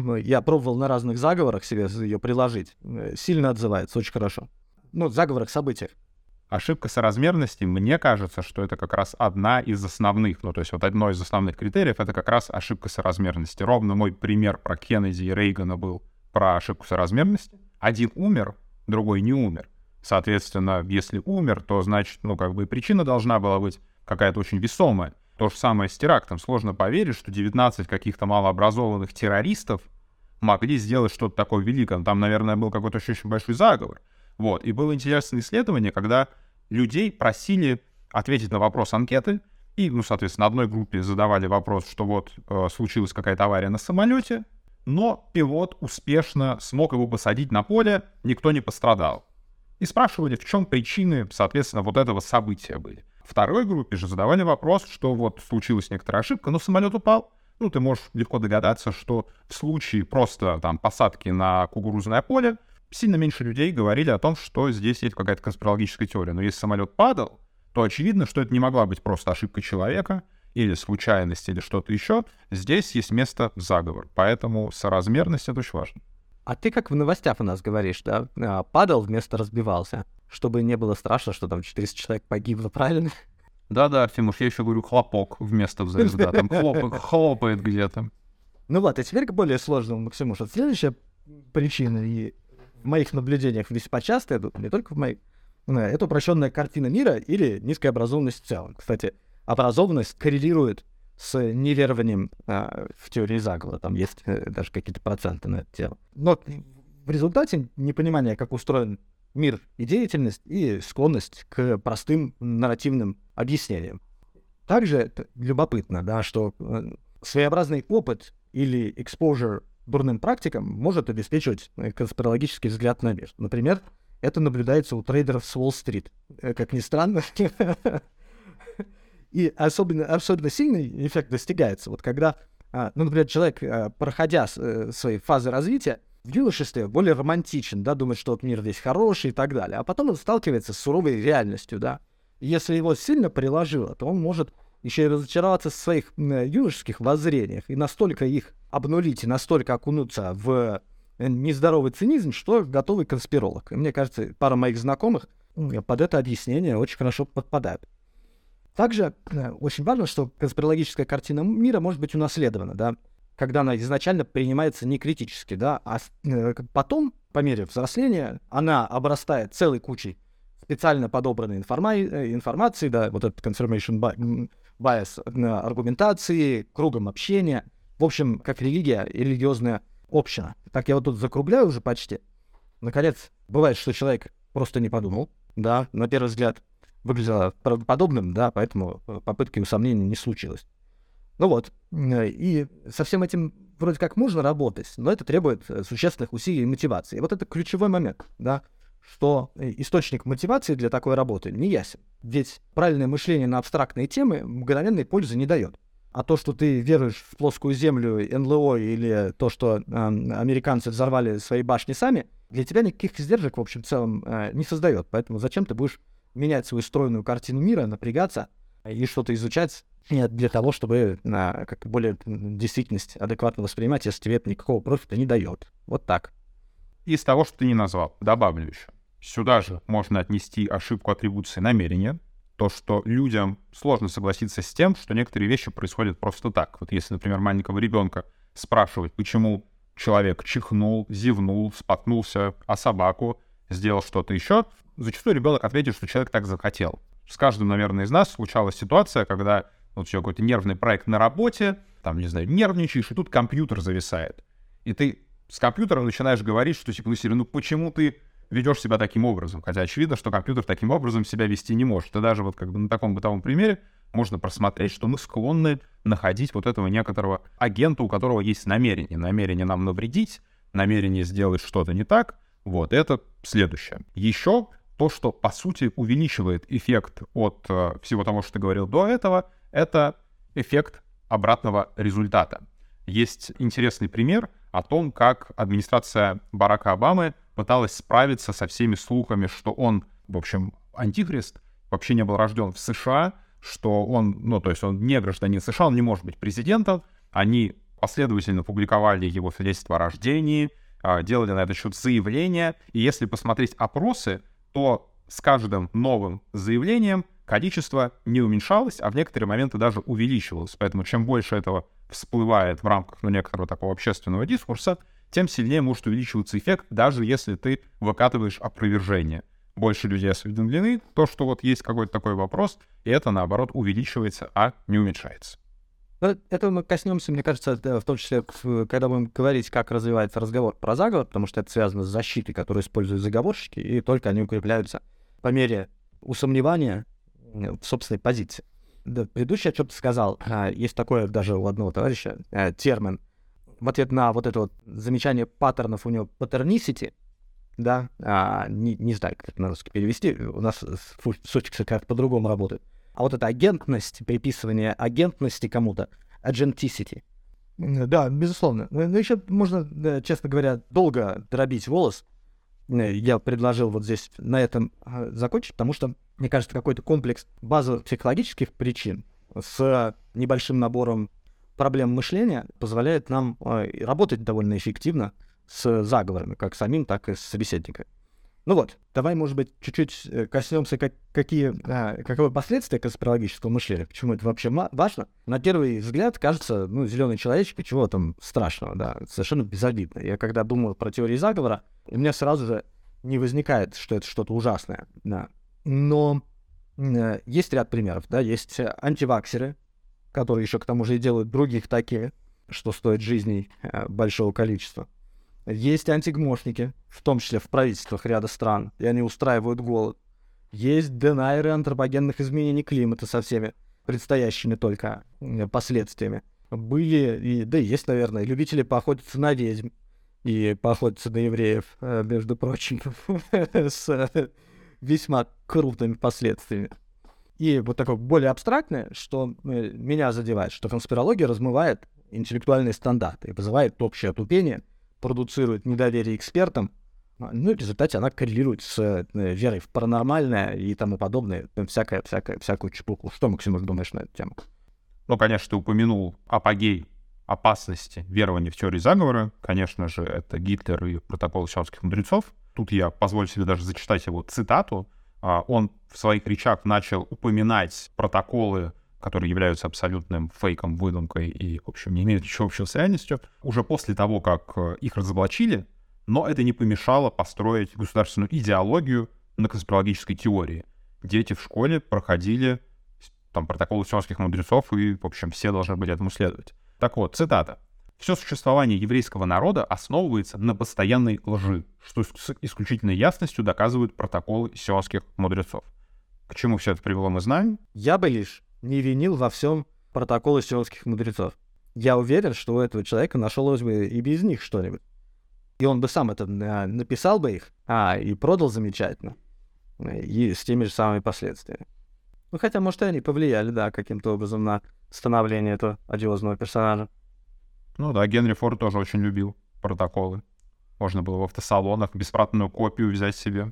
Speaker 2: я пробовал на разных заговорах себе ее приложить, сильно отзывается, очень хорошо. Ну, заговорах, событиях.
Speaker 1: Ошибка соразмерности, мне кажется, что это как раз одна из основных, ну, то есть вот одно из основных критериев — это как раз ошибка соразмерности. Ровно мой пример про Кеннеди и Рейгана был про ошибку соразмерности. Один умер, другой не умер. Соответственно, если умер, то, значит, ну, как бы и причина должна была быть какая-то очень весомая. То же самое с терактом. Сложно поверить, что 19 каких-то малообразованных террористов могли сделать что-то такое великое. Там, наверное, был какой-то очень большой заговор. Вот. И было интересное исследование, когда людей просили ответить на вопрос анкеты, и, ну, соответственно, одной группе задавали вопрос, что вот случилась какая-то авария на самолете, но пилот успешно смог его посадить на поле, никто не пострадал. И спрашивали, в чем причины, соответственно, вот этого события были. Второй группе же задавали вопрос, что вот случилась некоторая ошибка, но самолет упал. Ну, ты можешь легко догадаться, что в случае просто там посадки на кукурузное поле сильно меньше людей говорили о том, что здесь есть какая-то конспирологическая теория. Но если самолет падал, то очевидно, что это не могла быть просто ошибка человека или случайность, или что-то еще. Здесь есть место заговор. Поэтому соразмерность — это очень важно.
Speaker 2: А ты как в новостях у нас говоришь, да? Падал вместо разбивался, чтобы не было страшно, что там 400 человек погибло, правильно?
Speaker 1: Да-да, Тимуш, я еще говорю хлопок вместо взрыва, да, там хлопает где-то.
Speaker 2: Ну вот, а теперь к более сложному, Максимуш. Вот следующая причина, и в моих наблюдениях весьма часто идут, не только в моих, это упрощенная картина мира или низкая образованность в целом. Кстати, образованность коррелирует с неверованием в теории заговора. Там есть даже какие-то проценты на это дело. Но в результате непонимание, как устроен мир и деятельность, и склонность к простым нарративным объяснениям. Также любопытно, да, что своеобразный опыт или exposure дурным практикам может обеспечивать конспирологический взгляд на мир. Например, это наблюдается у трейдеров с Уолл-стрит. Как ни странно. И особенно сильный эффект достигается, вот когда, ну, например, человек, проходя свои фазы развития, в юношестве более романтичен, да, думает, что вот мир весь хороший и так далее, а потом он сталкивается с суровой реальностью, да. И если его сильно приложило, то он может еще и разочароваться в своих юношеских воззрениях и настолько их обнулить, и настолько окунуться в нездоровый цинизм, что готовый конспиролог. И мне кажется, пара моих знакомых под это объяснение очень хорошо подпадают. Также очень важно, что конспирологическая картина мира может быть унаследована, да, когда она изначально принимается не критически, да, а потом, по мере взросления, она обрастает целой кучей специально подобранной информации, да, вот этот confirmation bias, аргументации, кругом общения, в общем, как религия и религиозная община. Так я вот тут закругляю уже почти. Наконец, бывает, что человек просто не подумал, да, на первый взгляд выглядело правдоподобным, да, поэтому попытки усомнения не случилось. Ну вот, и со всем этим вроде как можно работать, но это требует существенных усилий и мотивации. И вот это ключевой момент, да, что источник мотивации для такой работы не ясен. Ведь правильное мышление на абстрактные темы мгновенной пользы не дает. А то, что ты веруешь в плоскую землю, НЛО или то, что американцы взорвали свои башни сами, для тебя никаких издержек, в общем, в целом не создает. Поэтому зачем ты будешь менять свою стройную картину мира, напрягаться и что-то изучать для того, чтобы как более действительность адекватно воспринимать, если тебе это никакого профита не дает. Вот так.
Speaker 1: Из того, что ты не назвал, добавлю еще. Сюда же можно отнести ошибку атрибуции намерения. То, что людям сложно согласиться с тем, что некоторые вещи происходят просто так. Вот если, например, маленького ребенка спрашивать, почему человек чихнул, зевнул, споткнулся о собаку, сделал что-то еще, зачастую ребенок ответит, что человек так захотел. С каждым, наверное, из нас случалась ситуация, когда вот у тебя какой-то нервный проект на работе, там, не знаю, нервничаешь, и тут компьютер зависает. И ты с компьютером начинаешь говорить, что типа, ну почему ты ведешь себя таким образом? Хотя очевидно, что компьютер таким образом себя вести не может. И даже вот как бы на таком бытовом примере можно просмотреть, что мы склонны находить вот этого некоторого агента, у которого есть намерение нам навредить, намерение сделать что-то не так. Вот, это следующее. Еще то, что, по сути, увеличивает эффект от всего того, что ты говорил до этого, это эффект обратного результата. Есть интересный пример о том, как администрация Барака Обамы пыталась справиться со всеми слухами, что он, в общем, антихрист, вообще не был рожден в США, что он, то есть он не гражданин США, он не может быть президентом. Они последовательно публиковали его свидетельство о рождении, делали на этот счет заявления, и если посмотреть опросы, то с каждым новым заявлением количество не уменьшалось, а в некоторые моменты даже увеличивалось. Поэтому чем больше этого всплывает в рамках некоторого такого общественного дискурса, тем сильнее может увеличиваться эффект, даже если ты выкатываешь опровержение. Больше людей осведомлены, то, что вот есть какой-то такой вопрос, и это, наоборот, увеличивается, а не уменьшается.
Speaker 2: Это мы коснемся, мне кажется, в том числе, когда будем говорить, как развивается разговор про заговор, потому что это связано с защитой, которую используют заговорщики, и только они укрепляются по мере усомневания в собственной позиции. Да, предыдущий отчет сказал, есть такое даже у одного товарища термин, в ответ на вот это вот замечание паттернов у него patternicity, да, не знаю, как это на русский перевести, у нас суффиксы как-то по-другому работают. А вот эта агентность, приписывание агентности кому-то, agenticity. Да, безусловно. Но еще можно, честно говоря, долго дробить волос. Я предложил вот здесь на этом закончить, потому что, мне кажется, какой-то комплекс базовых психологических причин с небольшим набором проблем мышления позволяет нам работать довольно эффективно с заговорами, как самим, так и с собеседниками. Ну вот, давай, может быть, чуть-чуть коснемся, каковы последствия конспирологического мышления, почему это вообще важно. На первый взгляд кажется, зеленый человечек, чего там страшного, да, совершенно безобидно. Я когда думаю про теории заговора, у меня сразу же не возникает, что это что-то ужасное, да. Но есть ряд примеров, да, есть антиваксеры, которые еще к тому же и делают других такие, что стоит жизней большого количества. Есть антигмошники, в том числе в правительствах ряда стран, и они устраивают голод. Есть денайеры антропогенных изменений климата со всеми предстоящими только последствиями. Были, да и есть, наверное, любители поохотиться на ведьм и поохотиться на евреев, между прочим, с весьма крупными последствиями. И вот такое более абстрактное, что меня задевает, что конспирология размывает интеллектуальные стандарты и вызывает общее отупение, продуцирует недоверие экспертам, и в результате она коррелирует с верой в паранормальное и тому подобное, всякую чепуху. Что, Максим, думаешь на эту тему?
Speaker 1: Конечно, ты упомянул апогей опасности верования в теории заговора. Конечно же, это Гитлер и протокол сионских мудрецов. Тут я позволю себе даже зачитать его цитату. Он в своих речах начал упоминать протоколы, которые являются абсолютным фейком, выдумкой и, в общем, не имеют ничего общего с реальностью, уже после того, как их разоблачили, но это не помешало построить государственную идеологию на конспирологической теории. Дети в школе проходили там протоколы сионских мудрецов, и, в общем, все должны были этому следовать. Так вот, цитата. «Все существование еврейского народа основывается на постоянной лжи, что с исключительной ясностью доказывают протоколы сионских мудрецов». К чему все это привело, мы знаем.
Speaker 2: Я бы лишь не винил во всем протоколы сионских мудрецов. Я уверен, что у этого человека нашлось бы и без них что-нибудь. И он бы сам это написал бы их, и продал замечательно. И с теми же самыми последствиями. Хотя, может, и они повлияли, да, каким-то образом на становление этого одиозного персонажа.
Speaker 1: Генри Форд тоже очень любил протоколы. Можно было в автосалонах бесплатную копию взять себе.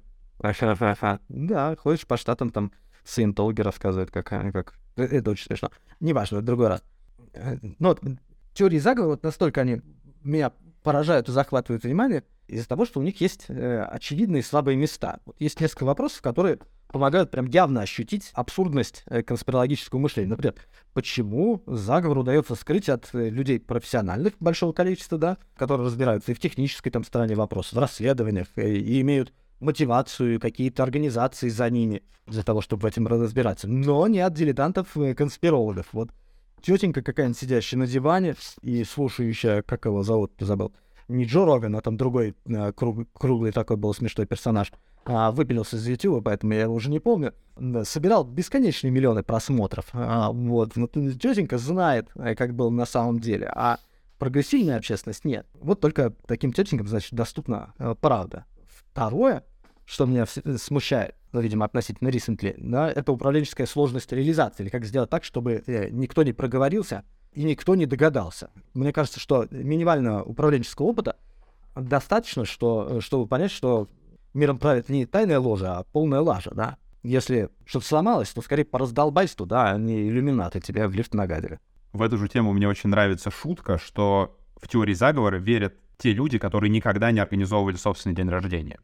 Speaker 2: Да, ходишь по штатам, там саентологи рассказывают, как. Это очень смешно. Неважно, в другой раз. Но теории заговора настолько они меня поражают и захватывают внимание из-за того, что у них есть очевидные слабые места. Вот есть несколько вопросов, которые помогают прям явно ощутить абсурдность конспирологического мышления. Например, почему заговор удается скрыть от людей профессиональных большого количества, да, которые разбираются и в технической там стороне вопросов, в расследованиях, и имеют мотивацию, какие-то организации за ними для того, чтобы в этом разбираться, но не от дилетантов-конспирологов. Вот тетенька какая-нибудь, сидящая на диване и слушающая, как его зовут, ты забыл, не Джо Роган, а там другой круглый такой был смешной персонаж, выпилился из YouTube, поэтому я его уже не помню, собирал бесконечные миллионы просмотров. Вот. Тетенька знает, как было на самом деле, а прогрессивная общественность нет. Вот только таким тетенькам, значит, доступна правда. Второе, что меня смущает, видимо, относительно recently, да, это управленческая сложность реализации, или как сделать так, чтобы никто не проговорился и никто не догадался. Мне кажется, что минимального управленческого опыта достаточно, чтобы понять, что миром правит не тайная ложа, а полная лажа, да. Если что-то сломалось, то скорее по раздолбайству, да, а не иллюминаты тебя в лифт нагадили.
Speaker 1: В эту же тему мне очень нравится шутка, что в теории заговора верят те люди, которые никогда не организовывали собственный день рождения.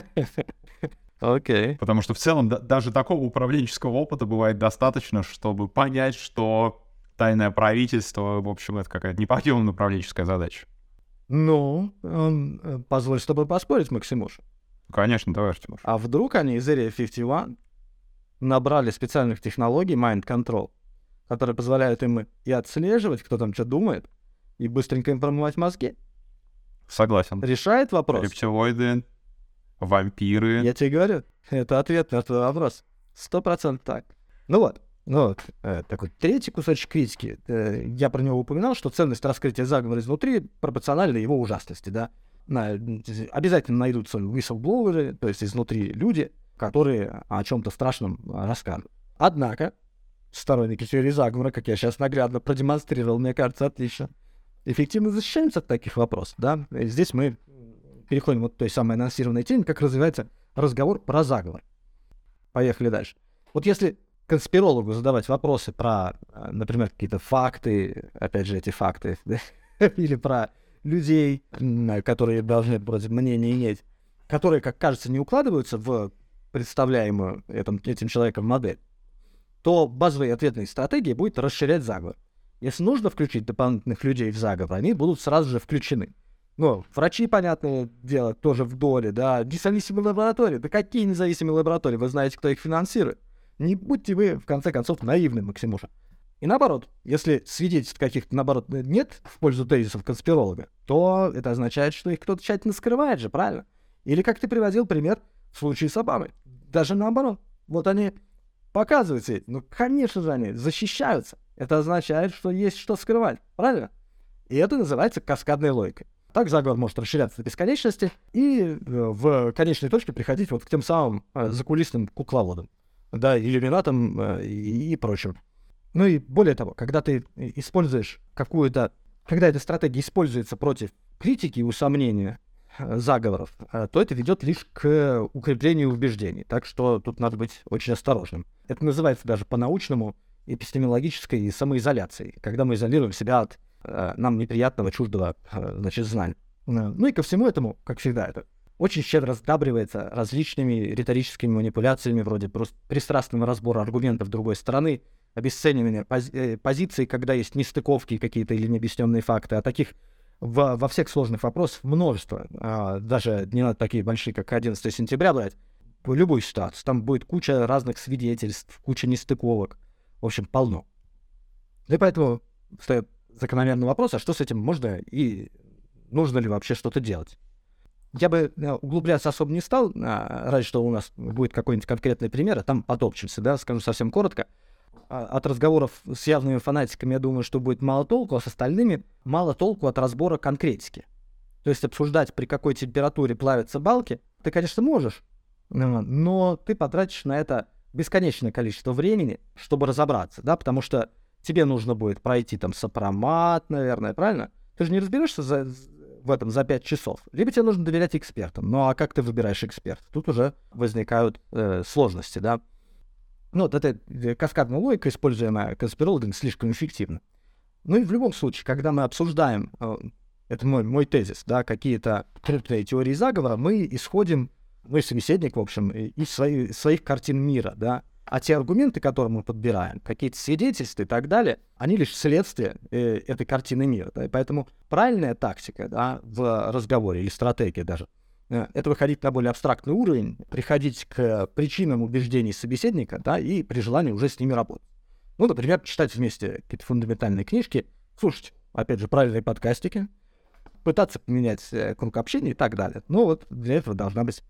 Speaker 2: Окей.
Speaker 1: Потому что в целом даже такого управленческого опыта бывает достаточно, чтобы понять, что тайное правительство, в общем, это какая-то неподъемная управленческая задача.
Speaker 2: Ну, позволь с тобой поспорить, Максимуш.
Speaker 1: Конечно, товарищ Тимур.
Speaker 2: А вдруг они из Area 51 набрали специальных технологий Mind Control, которые позволяют им и отслеживать, кто там что думает, и быстренько им промывать мозги?
Speaker 1: Согласен.
Speaker 2: Решает вопрос?
Speaker 1: Рептилоиды, вампиры.
Speaker 2: Я тебе говорю, это ответ на этот вопрос. 100% так. Ну вот, такой третий кусочек критики. Я про него упоминал, что ценность раскрытия заговора изнутри пропорциональна его ужасности, да. Обязательно найдутся whistleblowers, то есть изнутри люди, которые о чем-то страшном расскажут. Однако, сторонники теории заговора, как я сейчас наглядно продемонстрировал, мне кажется, отлично, эффективно защищаемся от таких вопросов, да. И здесь мы переходим вот к той самой анонсированной теме, как развивается разговор про заговор. Поехали дальше. Вот если конспирологу задавать вопросы про, например, какие-то факты, опять же, эти факты, да, или про людей, которые должны вроде мнение иметь, которые, как кажется, не укладываются в представляемую этим человеком модель, то базовой ответной стратегией будет расширять заговор. Если нужно включить дополнительных людей в заговор, они будут сразу же включены. Ну, врачи, понятное дело, тоже в доле, да, независимые лаборатории. Да какие независимые лаборатории? Вы знаете, кто их финансирует. Не будьте вы, в конце концов, наивны, Максимуша. И наоборот, если свидетельств каких-то, наоборот, нет в пользу тезисов конспиролога, то это означает, что их кто-то тщательно скрывает же, правильно? Или, как ты приводил пример в случае с Обамой. Даже наоборот. Вот они показываются, ну, конечно же, они защищаются. Это означает, что есть что скрывать, правильно? И это называется каскадной логикой. Так заговор может расширяться до бесконечности и в конечной точке приходить вот к тем самым закулисным кукловодам, да, иллюминатам и прочим. Ну и более того, когда ты используешь когда эта стратегия используется против критики и усомнения заговоров, то это ведет лишь к укреплению убеждений. Так что тут надо быть очень осторожным. Это называется даже по-научному эпистемологической самоизоляцией, когда мы изолируем себя от нам неприятного, чуждого, значит, знания. Ну и ко всему этому, как всегда, это очень щедро сдабривается различными риторическими манипуляциями, вроде просто пристрастного разбора аргументов другой стороны, обесценивания позиций, когда есть нестыковки какие-то или необъясненные факты, а таких во всех сложных вопросах множество. Даже не надо такие большие, как 11 сентября брать. В любой ситуации. Там будет куча разных свидетельств, куча нестыковок. В общем, полно. И поэтому встает закономерный вопрос, а что с этим можно и нужно ли вообще что-то делать? Я бы углубляться особо не стал, ради что у нас будет какой-нибудь конкретный пример, а там потопчемся, да, скажу совсем коротко. От разговоров с явными фанатиками, я думаю, что будет мало толку, а с остальными мало толку от разбора конкретики. То есть обсуждать, при какой температуре плавятся балки, ты, конечно, можешь, но ты потратишь на это бесконечное количество времени, чтобы разобраться, да, потому что тебе нужно будет пройти там сопромат, наверное, правильно? Ты же не разберешься в этом за 5 часов. Либо тебе нужно доверять экспертам. Ну а как ты выбираешь эксперта? Тут уже возникают сложности, да. Ну вот эта каскадная логика, используемая конспирологами, слишком эффективна. Ну и в любом случае, когда мы обсуждаем, это мой тезис, да, какие-то крупные теории заговора, мы исходим, мы собеседник, в общем, из своих картин мира, да. А те аргументы, которые мы подбираем, какие-то свидетельства и так далее, они лишь следствие этой картины мира. Да? И поэтому правильная тактика, да, в разговоре или стратегия даже, это выходить на более абстрактный уровень, приходить к причинам убеждений собеседника, да, и при желании уже с ними работать. Ну, например, читать вместе какие-то фундаментальные книжки, слушать, опять же, правильные подкастики, пытаться поменять круг общения и так далее. Ну вот для этого должна быть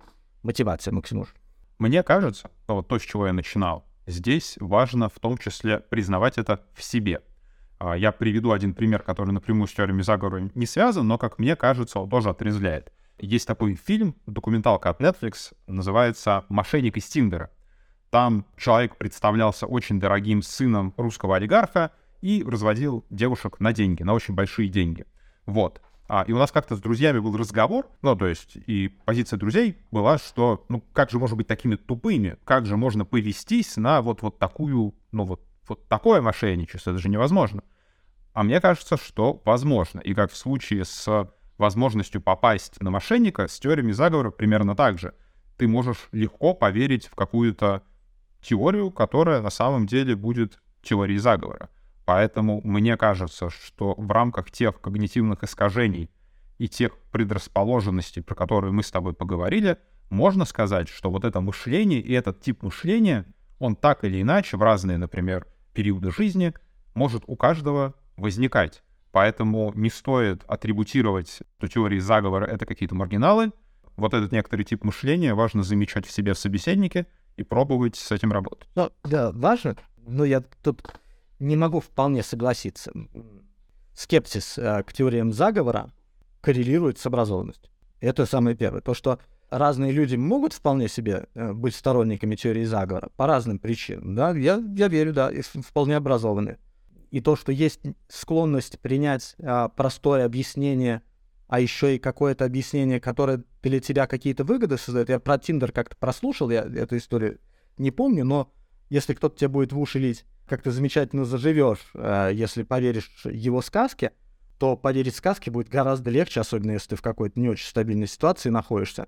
Speaker 2: мотивация, Максимуш?
Speaker 1: Мне кажется, вот то, с чего я начинал, здесь важно в том числе признавать это в себе. Я приведу один пример, который напрямую с теориями заговора не связан, но, как мне кажется, он тоже отрезвляет. Есть такой фильм, документалка от Netflix, называется «Мошенник из Тиндера». Там человек представлялся очень дорогим сыном русского олигарха и разводил девушек на деньги, на очень большие деньги. Вот. И у нас как-то с друзьями был разговор, то есть и позиция друзей была, что, как же можно быть такими тупыми, как же можно повестись на вот такую, вот такое мошенничество, это же невозможно. А мне кажется, что возможно. И как в случае с возможностью попасть на мошенника, с теориями заговора примерно так же. Ты можешь легко поверить в какую-то теорию, которая на самом деле будет теорией заговора. Поэтому мне кажется, что в рамках тех когнитивных искажений и тех предрасположенностей, про которые мы с тобой поговорили, можно сказать, что вот это мышление и этот тип мышления, он так или иначе в разные, например, периоды жизни может у каждого возникать. Поэтому не стоит атрибутировать, что теории заговора — это какие-то маргиналы. Вот этот некоторый тип мышления важно замечать в себе в собеседнике и пробовать с этим работать.
Speaker 2: Да, важно, но я тут не могу вполне согласиться. Скепсис к теориям заговора коррелирует с образованностью. Это самое первое. То, что разные люди могут вполне себе быть сторонниками теории заговора по разным причинам. Да? Я верю, да, вполне образованные. И то, что есть склонность принять простое объяснение, а еще и какое-то объяснение, которое для тебя какие-то выгоды создает. Я про Тиндер как-то прослушал, я эту историю не помню, но если кто-то тебе будет в уши лить, как ты замечательно заживешь, если поверишь его сказке, то поверить сказке будет гораздо легче, особенно если ты в какой-то не очень стабильной ситуации находишься,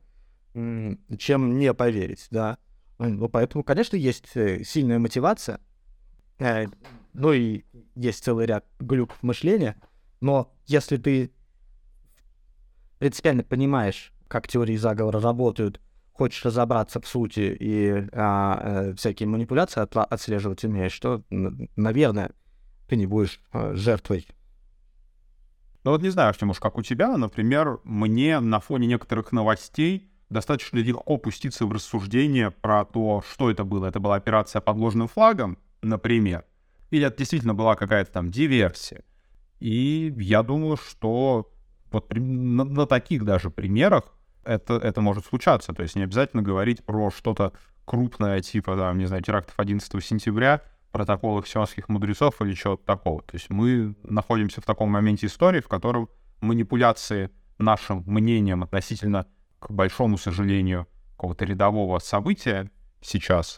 Speaker 2: чем не поверить, да. Поэтому, конечно, есть сильная мотивация, и есть целый ряд глюков мышления, но если ты принципиально понимаешь, как теории заговора работают, хочешь разобраться в сути и всякие манипуляции отслеживать умеешь, то, наверное, ты не будешь жертвой.
Speaker 1: Не знаю, Артемуш, как у тебя, например, мне на фоне некоторых новостей достаточно легко пуститься в рассуждение про то, что это было. Это была операция под ложным флагом, например, или это действительно была какая-то там диверсия. И я думаю, что вот на таких даже примерах это может случаться. То есть не обязательно говорить про что-то крупное, типа, терактов 11 сентября, протоколов сионских мудрецов или чего-то такого. То есть мы находимся в таком моменте истории, в котором манипуляции нашим мнением относительно, к большому сожалению, какого-то рядового события сейчас,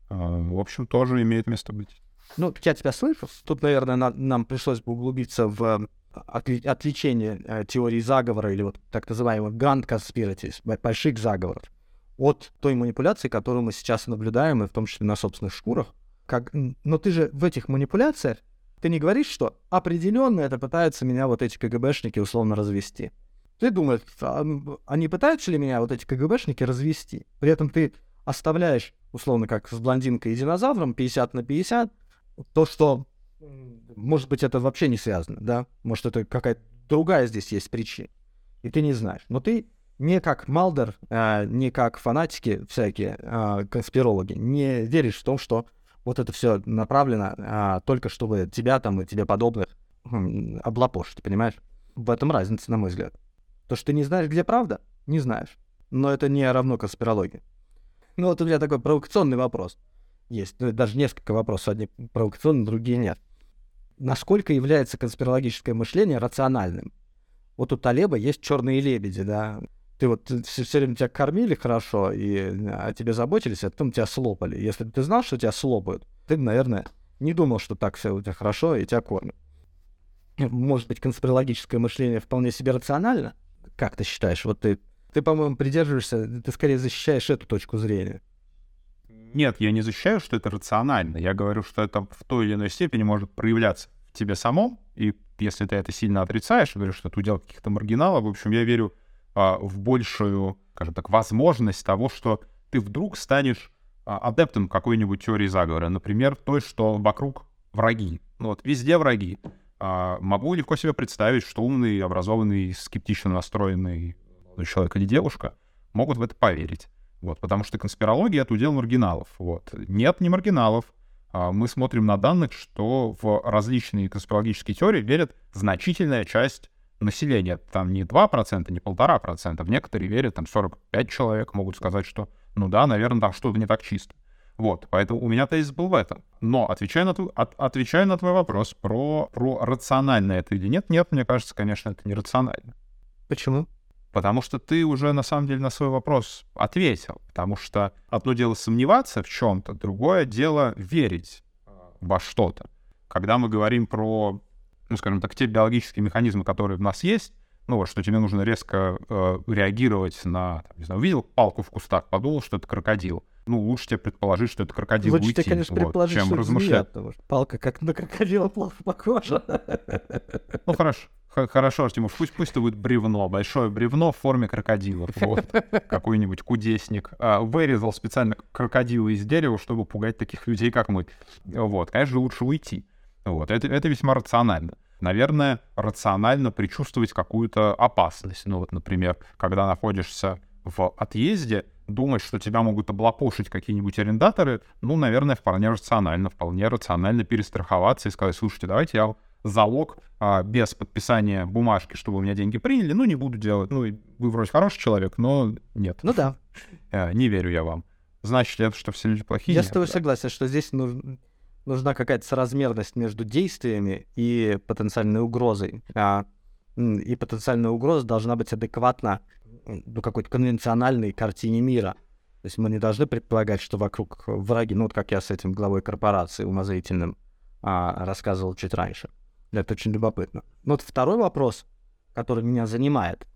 Speaker 1: в общем, тоже имеет место быть.
Speaker 2: Я тебя слышу. Тут, наверное, нам пришлось бы углубиться в отличение теории заговора или вот так называемых grand conspiracies, больших заговоров, от той манипуляции, которую мы сейчас наблюдаем, и в том числе на собственных шкурах. Но ты же в этих манипуляциях, ты не говоришь, что определенно это пытаются меня вот эти КГБшники условно развести. Ты думаешь, а не пытаются ли меня вот эти КГБшники развести? При этом ты оставляешь, условно, как с блондинкой и динозавром, 50 на 50, то, что, может быть, это вообще не связано, да? Может, это какая-то другая здесь есть причина, и ты не знаешь. Но ты не как Малдер, не как фанатики всякие, конспирологи, не веришь в том, что вот это все направлено только чтобы тебя там и тебе подобных облапошить, понимаешь? В этом разница, на мой взгляд. То, что ты не знаешь, где правда, не знаешь. Но это не равно конспирологии. Вот у меня такой провокационный вопрос есть. Даже несколько вопросов. Одни провокационные, другие нет. Насколько является конспирологическое мышление рациональным? Вот у Талеба есть черные лебеди, да? Ты вот все время тебя кормили хорошо, и о тебе заботились, а потом тебя слопали. Если бы ты знал, что тебя слопают, ты бы, наверное, не думал, что так все у тебя хорошо, и тебя кормят. Может быть, конспирологическое мышление вполне себе рационально? Как ты считаешь? Вот ты, по-моему, придерживаешься, ты скорее защищаешь эту точку зрения.
Speaker 1: Нет, я не защищаю, что это рационально. Я говорю, что это в той или иной степени может проявляться в тебе самом, и если ты это сильно отрицаешь, говоришь, что это удел каких-то маргиналов, в общем, я верю в большую, скажем так, возможность того, что ты вдруг станешь адептом какой-нибудь теории заговора. Например, той, что вокруг враги. Везде враги. Могу легко себе представить, что умный, образованный, скептично настроенный человек или девушка могут в это поверить. Вот, потому что конспирология — это удел маргиналов. Вот. Нет, не маргиналов. Мы смотрим на данных, что в различные конспирологические теории верит значительная часть населения. Там не 2%, не 1,5%. В некоторые верят, там 45 человек могут сказать, что, ну да, наверное, там что-то не так чисто. Вот, поэтому у меня тезис был в этом. Но отвечая на твой вопрос про рационально это или нет, мне кажется, конечно, это нерационально.
Speaker 2: Почему?
Speaker 1: Потому что ты уже, на самом деле, на свой вопрос ответил. Потому что одно дело сомневаться в чем-то, другое дело верить во что-то. Когда мы говорим про, ну, скажем так, те биологические механизмы, которые в нас есть, ну, вот, что тебе нужно резко реагировать на, там, не знаю, увидел палку в кустах, подумал, что это крокодил. Ну, лучше тебе предположить, что это крокодил,
Speaker 2: Лучше
Speaker 1: уйти,
Speaker 2: тебе, конечно, предположить,
Speaker 1: чем
Speaker 2: что это змея,
Speaker 1: размышлять.
Speaker 2: потому что палка как на крокодила плохо похожа.
Speaker 1: Ну, хорошо. Хорошо, Артемуш, пусть это будет бревно, большое бревно в форме крокодила. Вот. Какой-нибудь кудесник вырезал специально крокодила из дерева, чтобы пугать таких людей, как мы. Вот. Конечно, лучше уйти. Вот. Это весьма рационально. Наверное, рационально предчувствовать какую-то опасность. Ну, вот, например, когда находишься в отъезде, думать, что тебя могут облапошить какие-нибудь арендаторы, ну, наверное, вполне рационально перестраховаться и сказать: слушайте, давайте я залог без подписания бумажки, чтобы у меня деньги приняли, ну, не буду делать. Ну, вы вроде хороший человек, но нет.
Speaker 2: Ну да.
Speaker 1: Не верю я вам. Значит ли это, что все люди плохие?
Speaker 2: Я
Speaker 1: Нет,
Speaker 2: с тобой
Speaker 1: да.
Speaker 2: согласен, что здесь нужна какая-то соразмерность между действиями и потенциальной угрозой. И потенциальная угроза должна быть адекватна какой-то конвенциональной картине мира. То есть мы не должны предполагать, что вокруг враги, ну вот как я с этим главой корпорации умозрительным рассказывал чуть раньше. Это очень любопытно. Но вот второй вопрос, который меня занимает,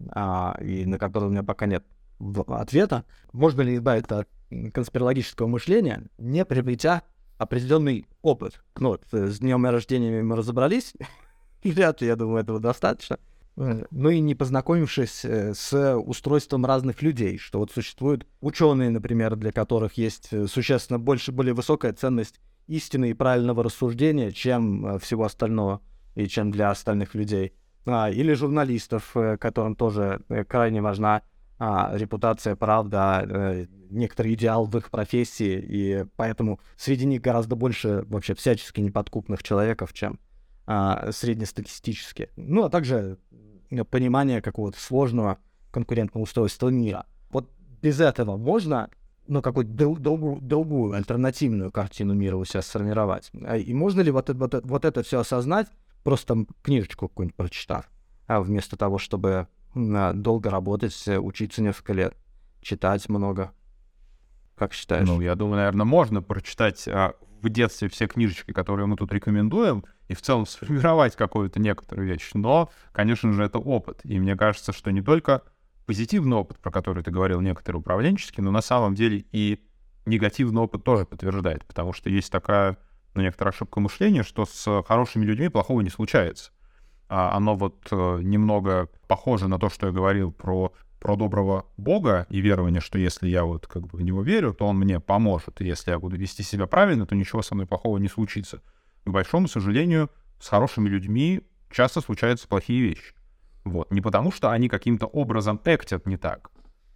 Speaker 2: и на который у меня пока нет ответа: можно ли избавиться от конспирологического мышления, не приобретя определенный опыт? Ну вот, с днем рождения мы разобрались, вряд ли, я думаю, этого достаточно. Ну и не познакомившись с устройством разных людей, что вот существуют ученые, например, для которых есть существенно более высокая ценность истины и правильного рассуждения, чем всего остального и чем для остальных людей. Или журналистов, которым тоже крайне важна репутация, правда, некоторый идеал в их профессии, и поэтому среди них гораздо больше вообще всячески неподкупных человеков, чем среднестатистически. Ну, а также понимание какого-то сложного конкурентного устройства мира. Вот без этого можно, ну, какую-то другую альтернативную картину мира у себя сформировать? И можно ли вот это все осознать, просто книжечку какую-нибудь прочитав, вместо того, чтобы долго работать, учиться несколько лет, читать много? Как считаешь?
Speaker 1: Ну, я думаю, наверное, можно прочитать в детстве все книжечки, которые мы тут рекомендуем, и в целом сформировать какую-то некоторую вещь. Но, конечно же, это опыт. И мне кажется, что не только позитивный опыт, про который ты говорил, некоторые управленческие, но на самом деле и негативный опыт тоже подтверждает. Потому что есть такая, ну, некоторая ошибка мышления, что с хорошими людьми плохого не случается. Оно вот немного похоже на то, что я говорил про доброго Бога и верование, что если я вот как бы в него верю, то он мне поможет. И если я буду вести себя правильно, то ничего со мной плохого не случится. К большому сожалению, с хорошими людьми часто случаются плохие вещи. Вот. Не потому, что они каким-то образом актят не так,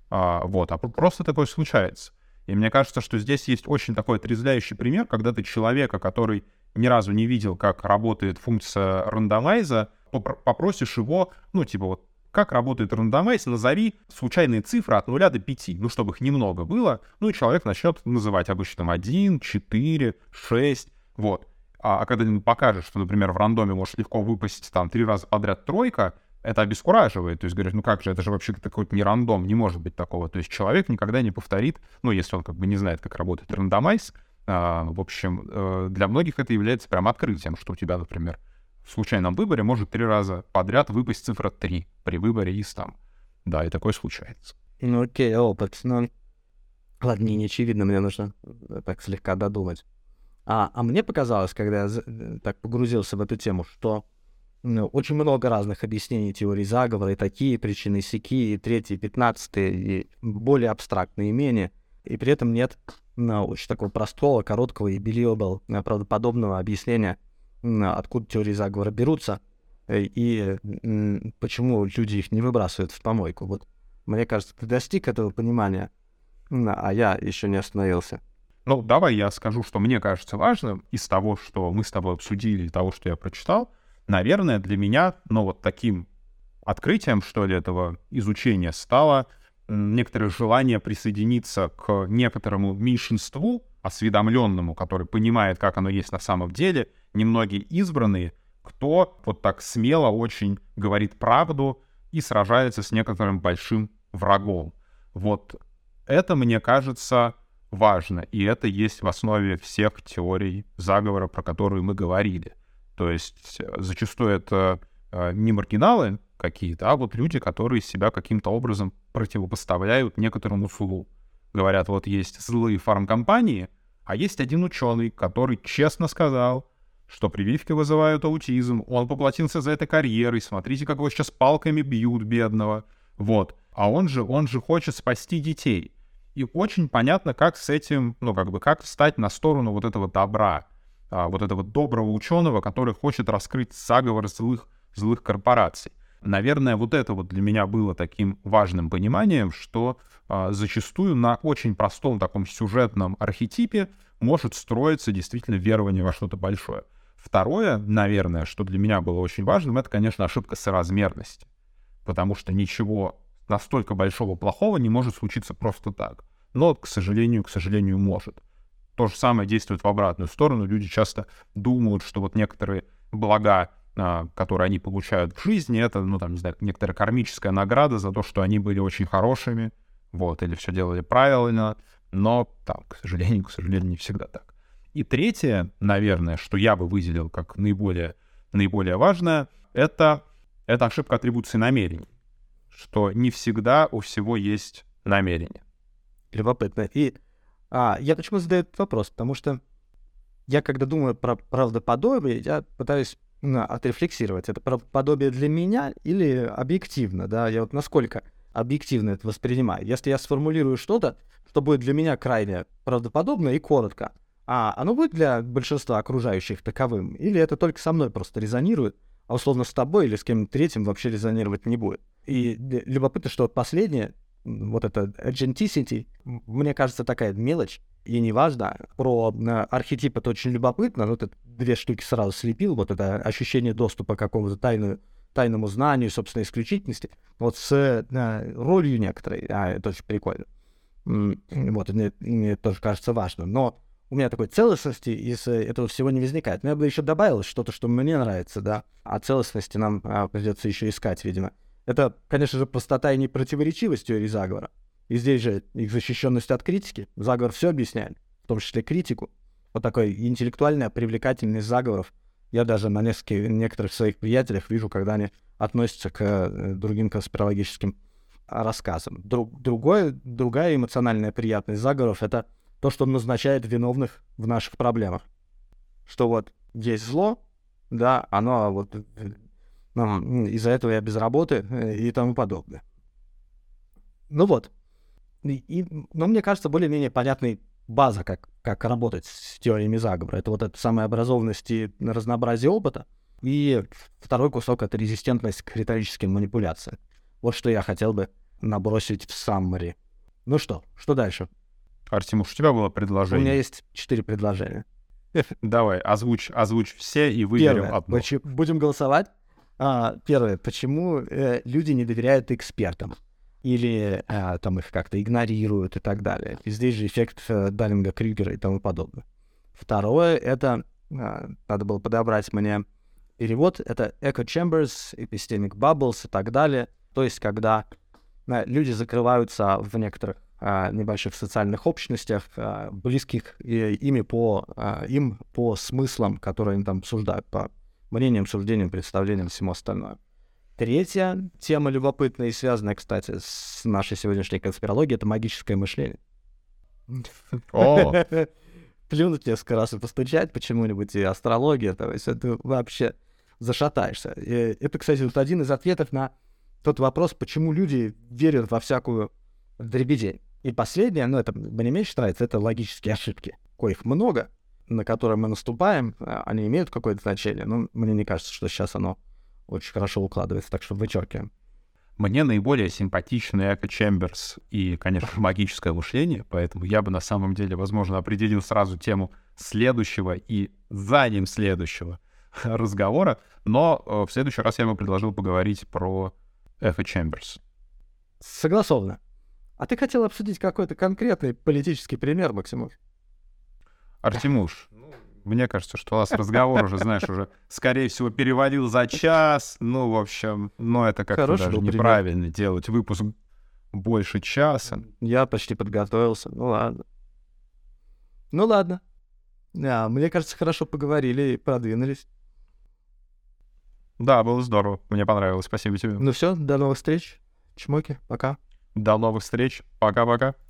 Speaker 1: а просто такое случается. И мне кажется, что здесь есть очень такой отрезвляющий пример, когда ты человека, который ни разу не видел, как работает функция рандомайза, попросишь его, ну, типа вот, как работает рандомайз, назови случайные цифры от 0 до 5, ну, чтобы их немного было, ну, и человек начнет называть обычно там 1, 4, 6, вот. А когда ты покажешь, что, например, в рандоме может легко выпасть там 3 раза подряд тройка, это обескураживает, то есть говоришь, ну как же, это же вообще какой-то не рандом, не может быть такого, то есть человек никогда не повторит, ну, если он как бы не знает, как работает рандомайз, в общем, для многих это является прям открытием, что у тебя, например, в случайном выборе может 3 раза подряд выпасть цифра 3 при выборе из там. Да, и такое случается.
Speaker 2: Ну окей, опыт. Ну, ладно, не очевидно, мне нужно так слегка додумать. А мне показалось, когда я так погрузился в эту тему, что очень много разных объяснений теории заговора, и такие причины, и сякие, и третьи, и 15-е, и более абстрактные, и менее. И при этом нет очень такого простого, короткого и believable, правдоподобного объяснения, откуда теории заговора берутся, и почему люди их не выбрасывают в помойку. Вот, мне кажется, ты достиг этого понимания, А я еще не остановился.
Speaker 1: Ну, давай я скажу, что мне кажется важным из того, что мы с тобой обсудили, того, что я прочитал. Наверное, для меня, вот таким открытием, что ли, этого изучения стало некоторое желание присоединиться к некоторому меньшинству, осведомленному, который понимает, как оно есть на самом деле, немногие избранные, кто вот так смело очень говорит правду и сражается с некоторым большим врагом. Вот это, мне кажется, важно, и это есть в основе всех теорий заговора, про которые мы говорили. То есть зачастую это не маргиналы какие-то, а вот люди, которые себя каким-то образом противопоставляют некоторому злу. Говорят, вот есть злые фармкомпании, а есть один ученый, который честно сказал, что прививки вызывают аутизм, он поплатился за это карьерой, смотрите, как его сейчас палками бьют, бедного. Вот. А он же хочет спасти детей. И очень понятно, как с этим, как встать на сторону вот этого добра, вот этого доброго ученого, который хочет раскрыть заговор злых корпораций. Наверное, вот это вот для меня было таким важным пониманием, что зачастую на очень простом таком сюжетном архетипе может строиться действительно верование во что-то большое. Второе, наверное, что для меня было очень важным, это, конечно, ошибка соразмерности. Потому что ничего настолько большого плохого не может случиться просто так. Но, к сожалению, может. То же самое действует в обратную сторону. Люди часто думают, что вот некоторые блага, которые они получают в жизни, это, некоторая кармическая награда за то, что они были очень хорошими, или все делали правильно, но к сожалению, не всегда так. И третье, наверное, что я бы выделил как наиболее важное, это ошибка атрибуции намерений, что не всегда у всего есть намерение.
Speaker 2: Любопытно. И я почему задаю этот вопрос? Потому что я, когда думаю про правдоподобие, я пытаюсь отрефлексировать. Это правдоподобие для меня или объективно? Да? Я вот насколько объективно это воспринимаю. Если я сформулирую что-то, что будет для меня крайне правдоподобно и коротко, оно будет для большинства окружающих таковым? Или это только со мной просто резонирует, а условно с тобой или с кем-то третьим вообще резонировать не будет? И любопытно, что последнее, вот это agenticity, мне кажется, такая мелочь, и неважно. Про архетип это очень любопытно, но ты две штуки сразу слепил, вот это ощущение доступа к какому-то тайному знанию, собственной исключительности, вот с ролью некоторой, это очень прикольно. Вот, мне это тоже кажется важным, но у меня такой целостности из этого всего не возникает. Но я бы еще добавил что-то, что мне нравится, да, а целостности нам придется еще искать, видимо. Это, конечно же, простота и непротиворечивость теории заговора. И здесь же их защищенность от критики. Заговор все объясняет, в том числе критику. Вот такой интеллектуальная привлекательность заговоров. Я даже на некоторых своих приятелях вижу, когда они относятся к другим конспирологическим рассказам. Другая эмоциональная приятность заговоров — это то, что он назначает виновных в наших проблемах. Что вот есть зло, да, оно вот из-за этого я без работы и тому подобное. Ну вот. Но мне кажется, более-менее понятной база, как работать с теориями заговора. Это вот эта самая образованность и разнообразие опыта. И второй кусок — это резистентность к риторическим манипуляциям. Вот что я хотел бы набросить в саммари. Ну что дальше?
Speaker 1: Артемуш, у тебя было предложение?
Speaker 2: У меня есть 4 предложения.
Speaker 1: Давай, озвучь все и выберем одно.
Speaker 2: Будем голосовать. Первое. Почему люди не доверяют экспертам? Или там их как-то игнорируют и так далее. И здесь же эффект Даннинга-Крюгера и тому подобное. Второе — это, надо было подобрать мне перевод, это echo chambers, epistemic bubbles и так далее. То есть, когда люди закрываются в некоторых небольших социальных общностях, близких им по смыслам, которые они там обсуждают, по мнениям, суждениям, представлениям, всему остальному. Третья тема любопытная и связанная, кстати, с нашей сегодняшней конспирологией — это магическое мышление. Плюнуть несколько раз и постучать почему-нибудь, и астрология, то есть это вообще зашатаешься. И это, кстати, вот один из ответов на тот вопрос, почему люди верят во всякую дребедень. И последнее, это мне меньше нравится, это логические ошибки, коих много, на которые мы наступаем, они имеют какое-то значение, но мне не кажется, что сейчас оно очень хорошо укладывается, так что вычеркиваем.
Speaker 1: Мне наиболее симпатичны Echo Chambers и, конечно, магическое мышление, поэтому я бы на самом деле, возможно, определил сразу тему следующего и за ним следующего разговора, но в следующий раз я бы предложил поговорить про Echo Chambers.
Speaker 2: Согласовано. А ты хотел обсудить какой-то конкретный политический пример, Максимов?
Speaker 1: Артемуш, мне кажется, что у нас разговор уже, знаешь, уже, скорее всего, перевалил за час. Ну, в общем, это как-то
Speaker 2: Хороший
Speaker 1: даже
Speaker 2: был пример.
Speaker 1: неправильно делать выпуск больше часа.
Speaker 2: Я почти подготовился. Ну ладно. Ну ладно. Мне кажется, хорошо поговорили и продвинулись.
Speaker 1: Да, было здорово. Мне понравилось. Спасибо тебе.
Speaker 2: Ну все, до новых встреч. Чмоки, пока.
Speaker 1: До новых встреч. Пока-пока.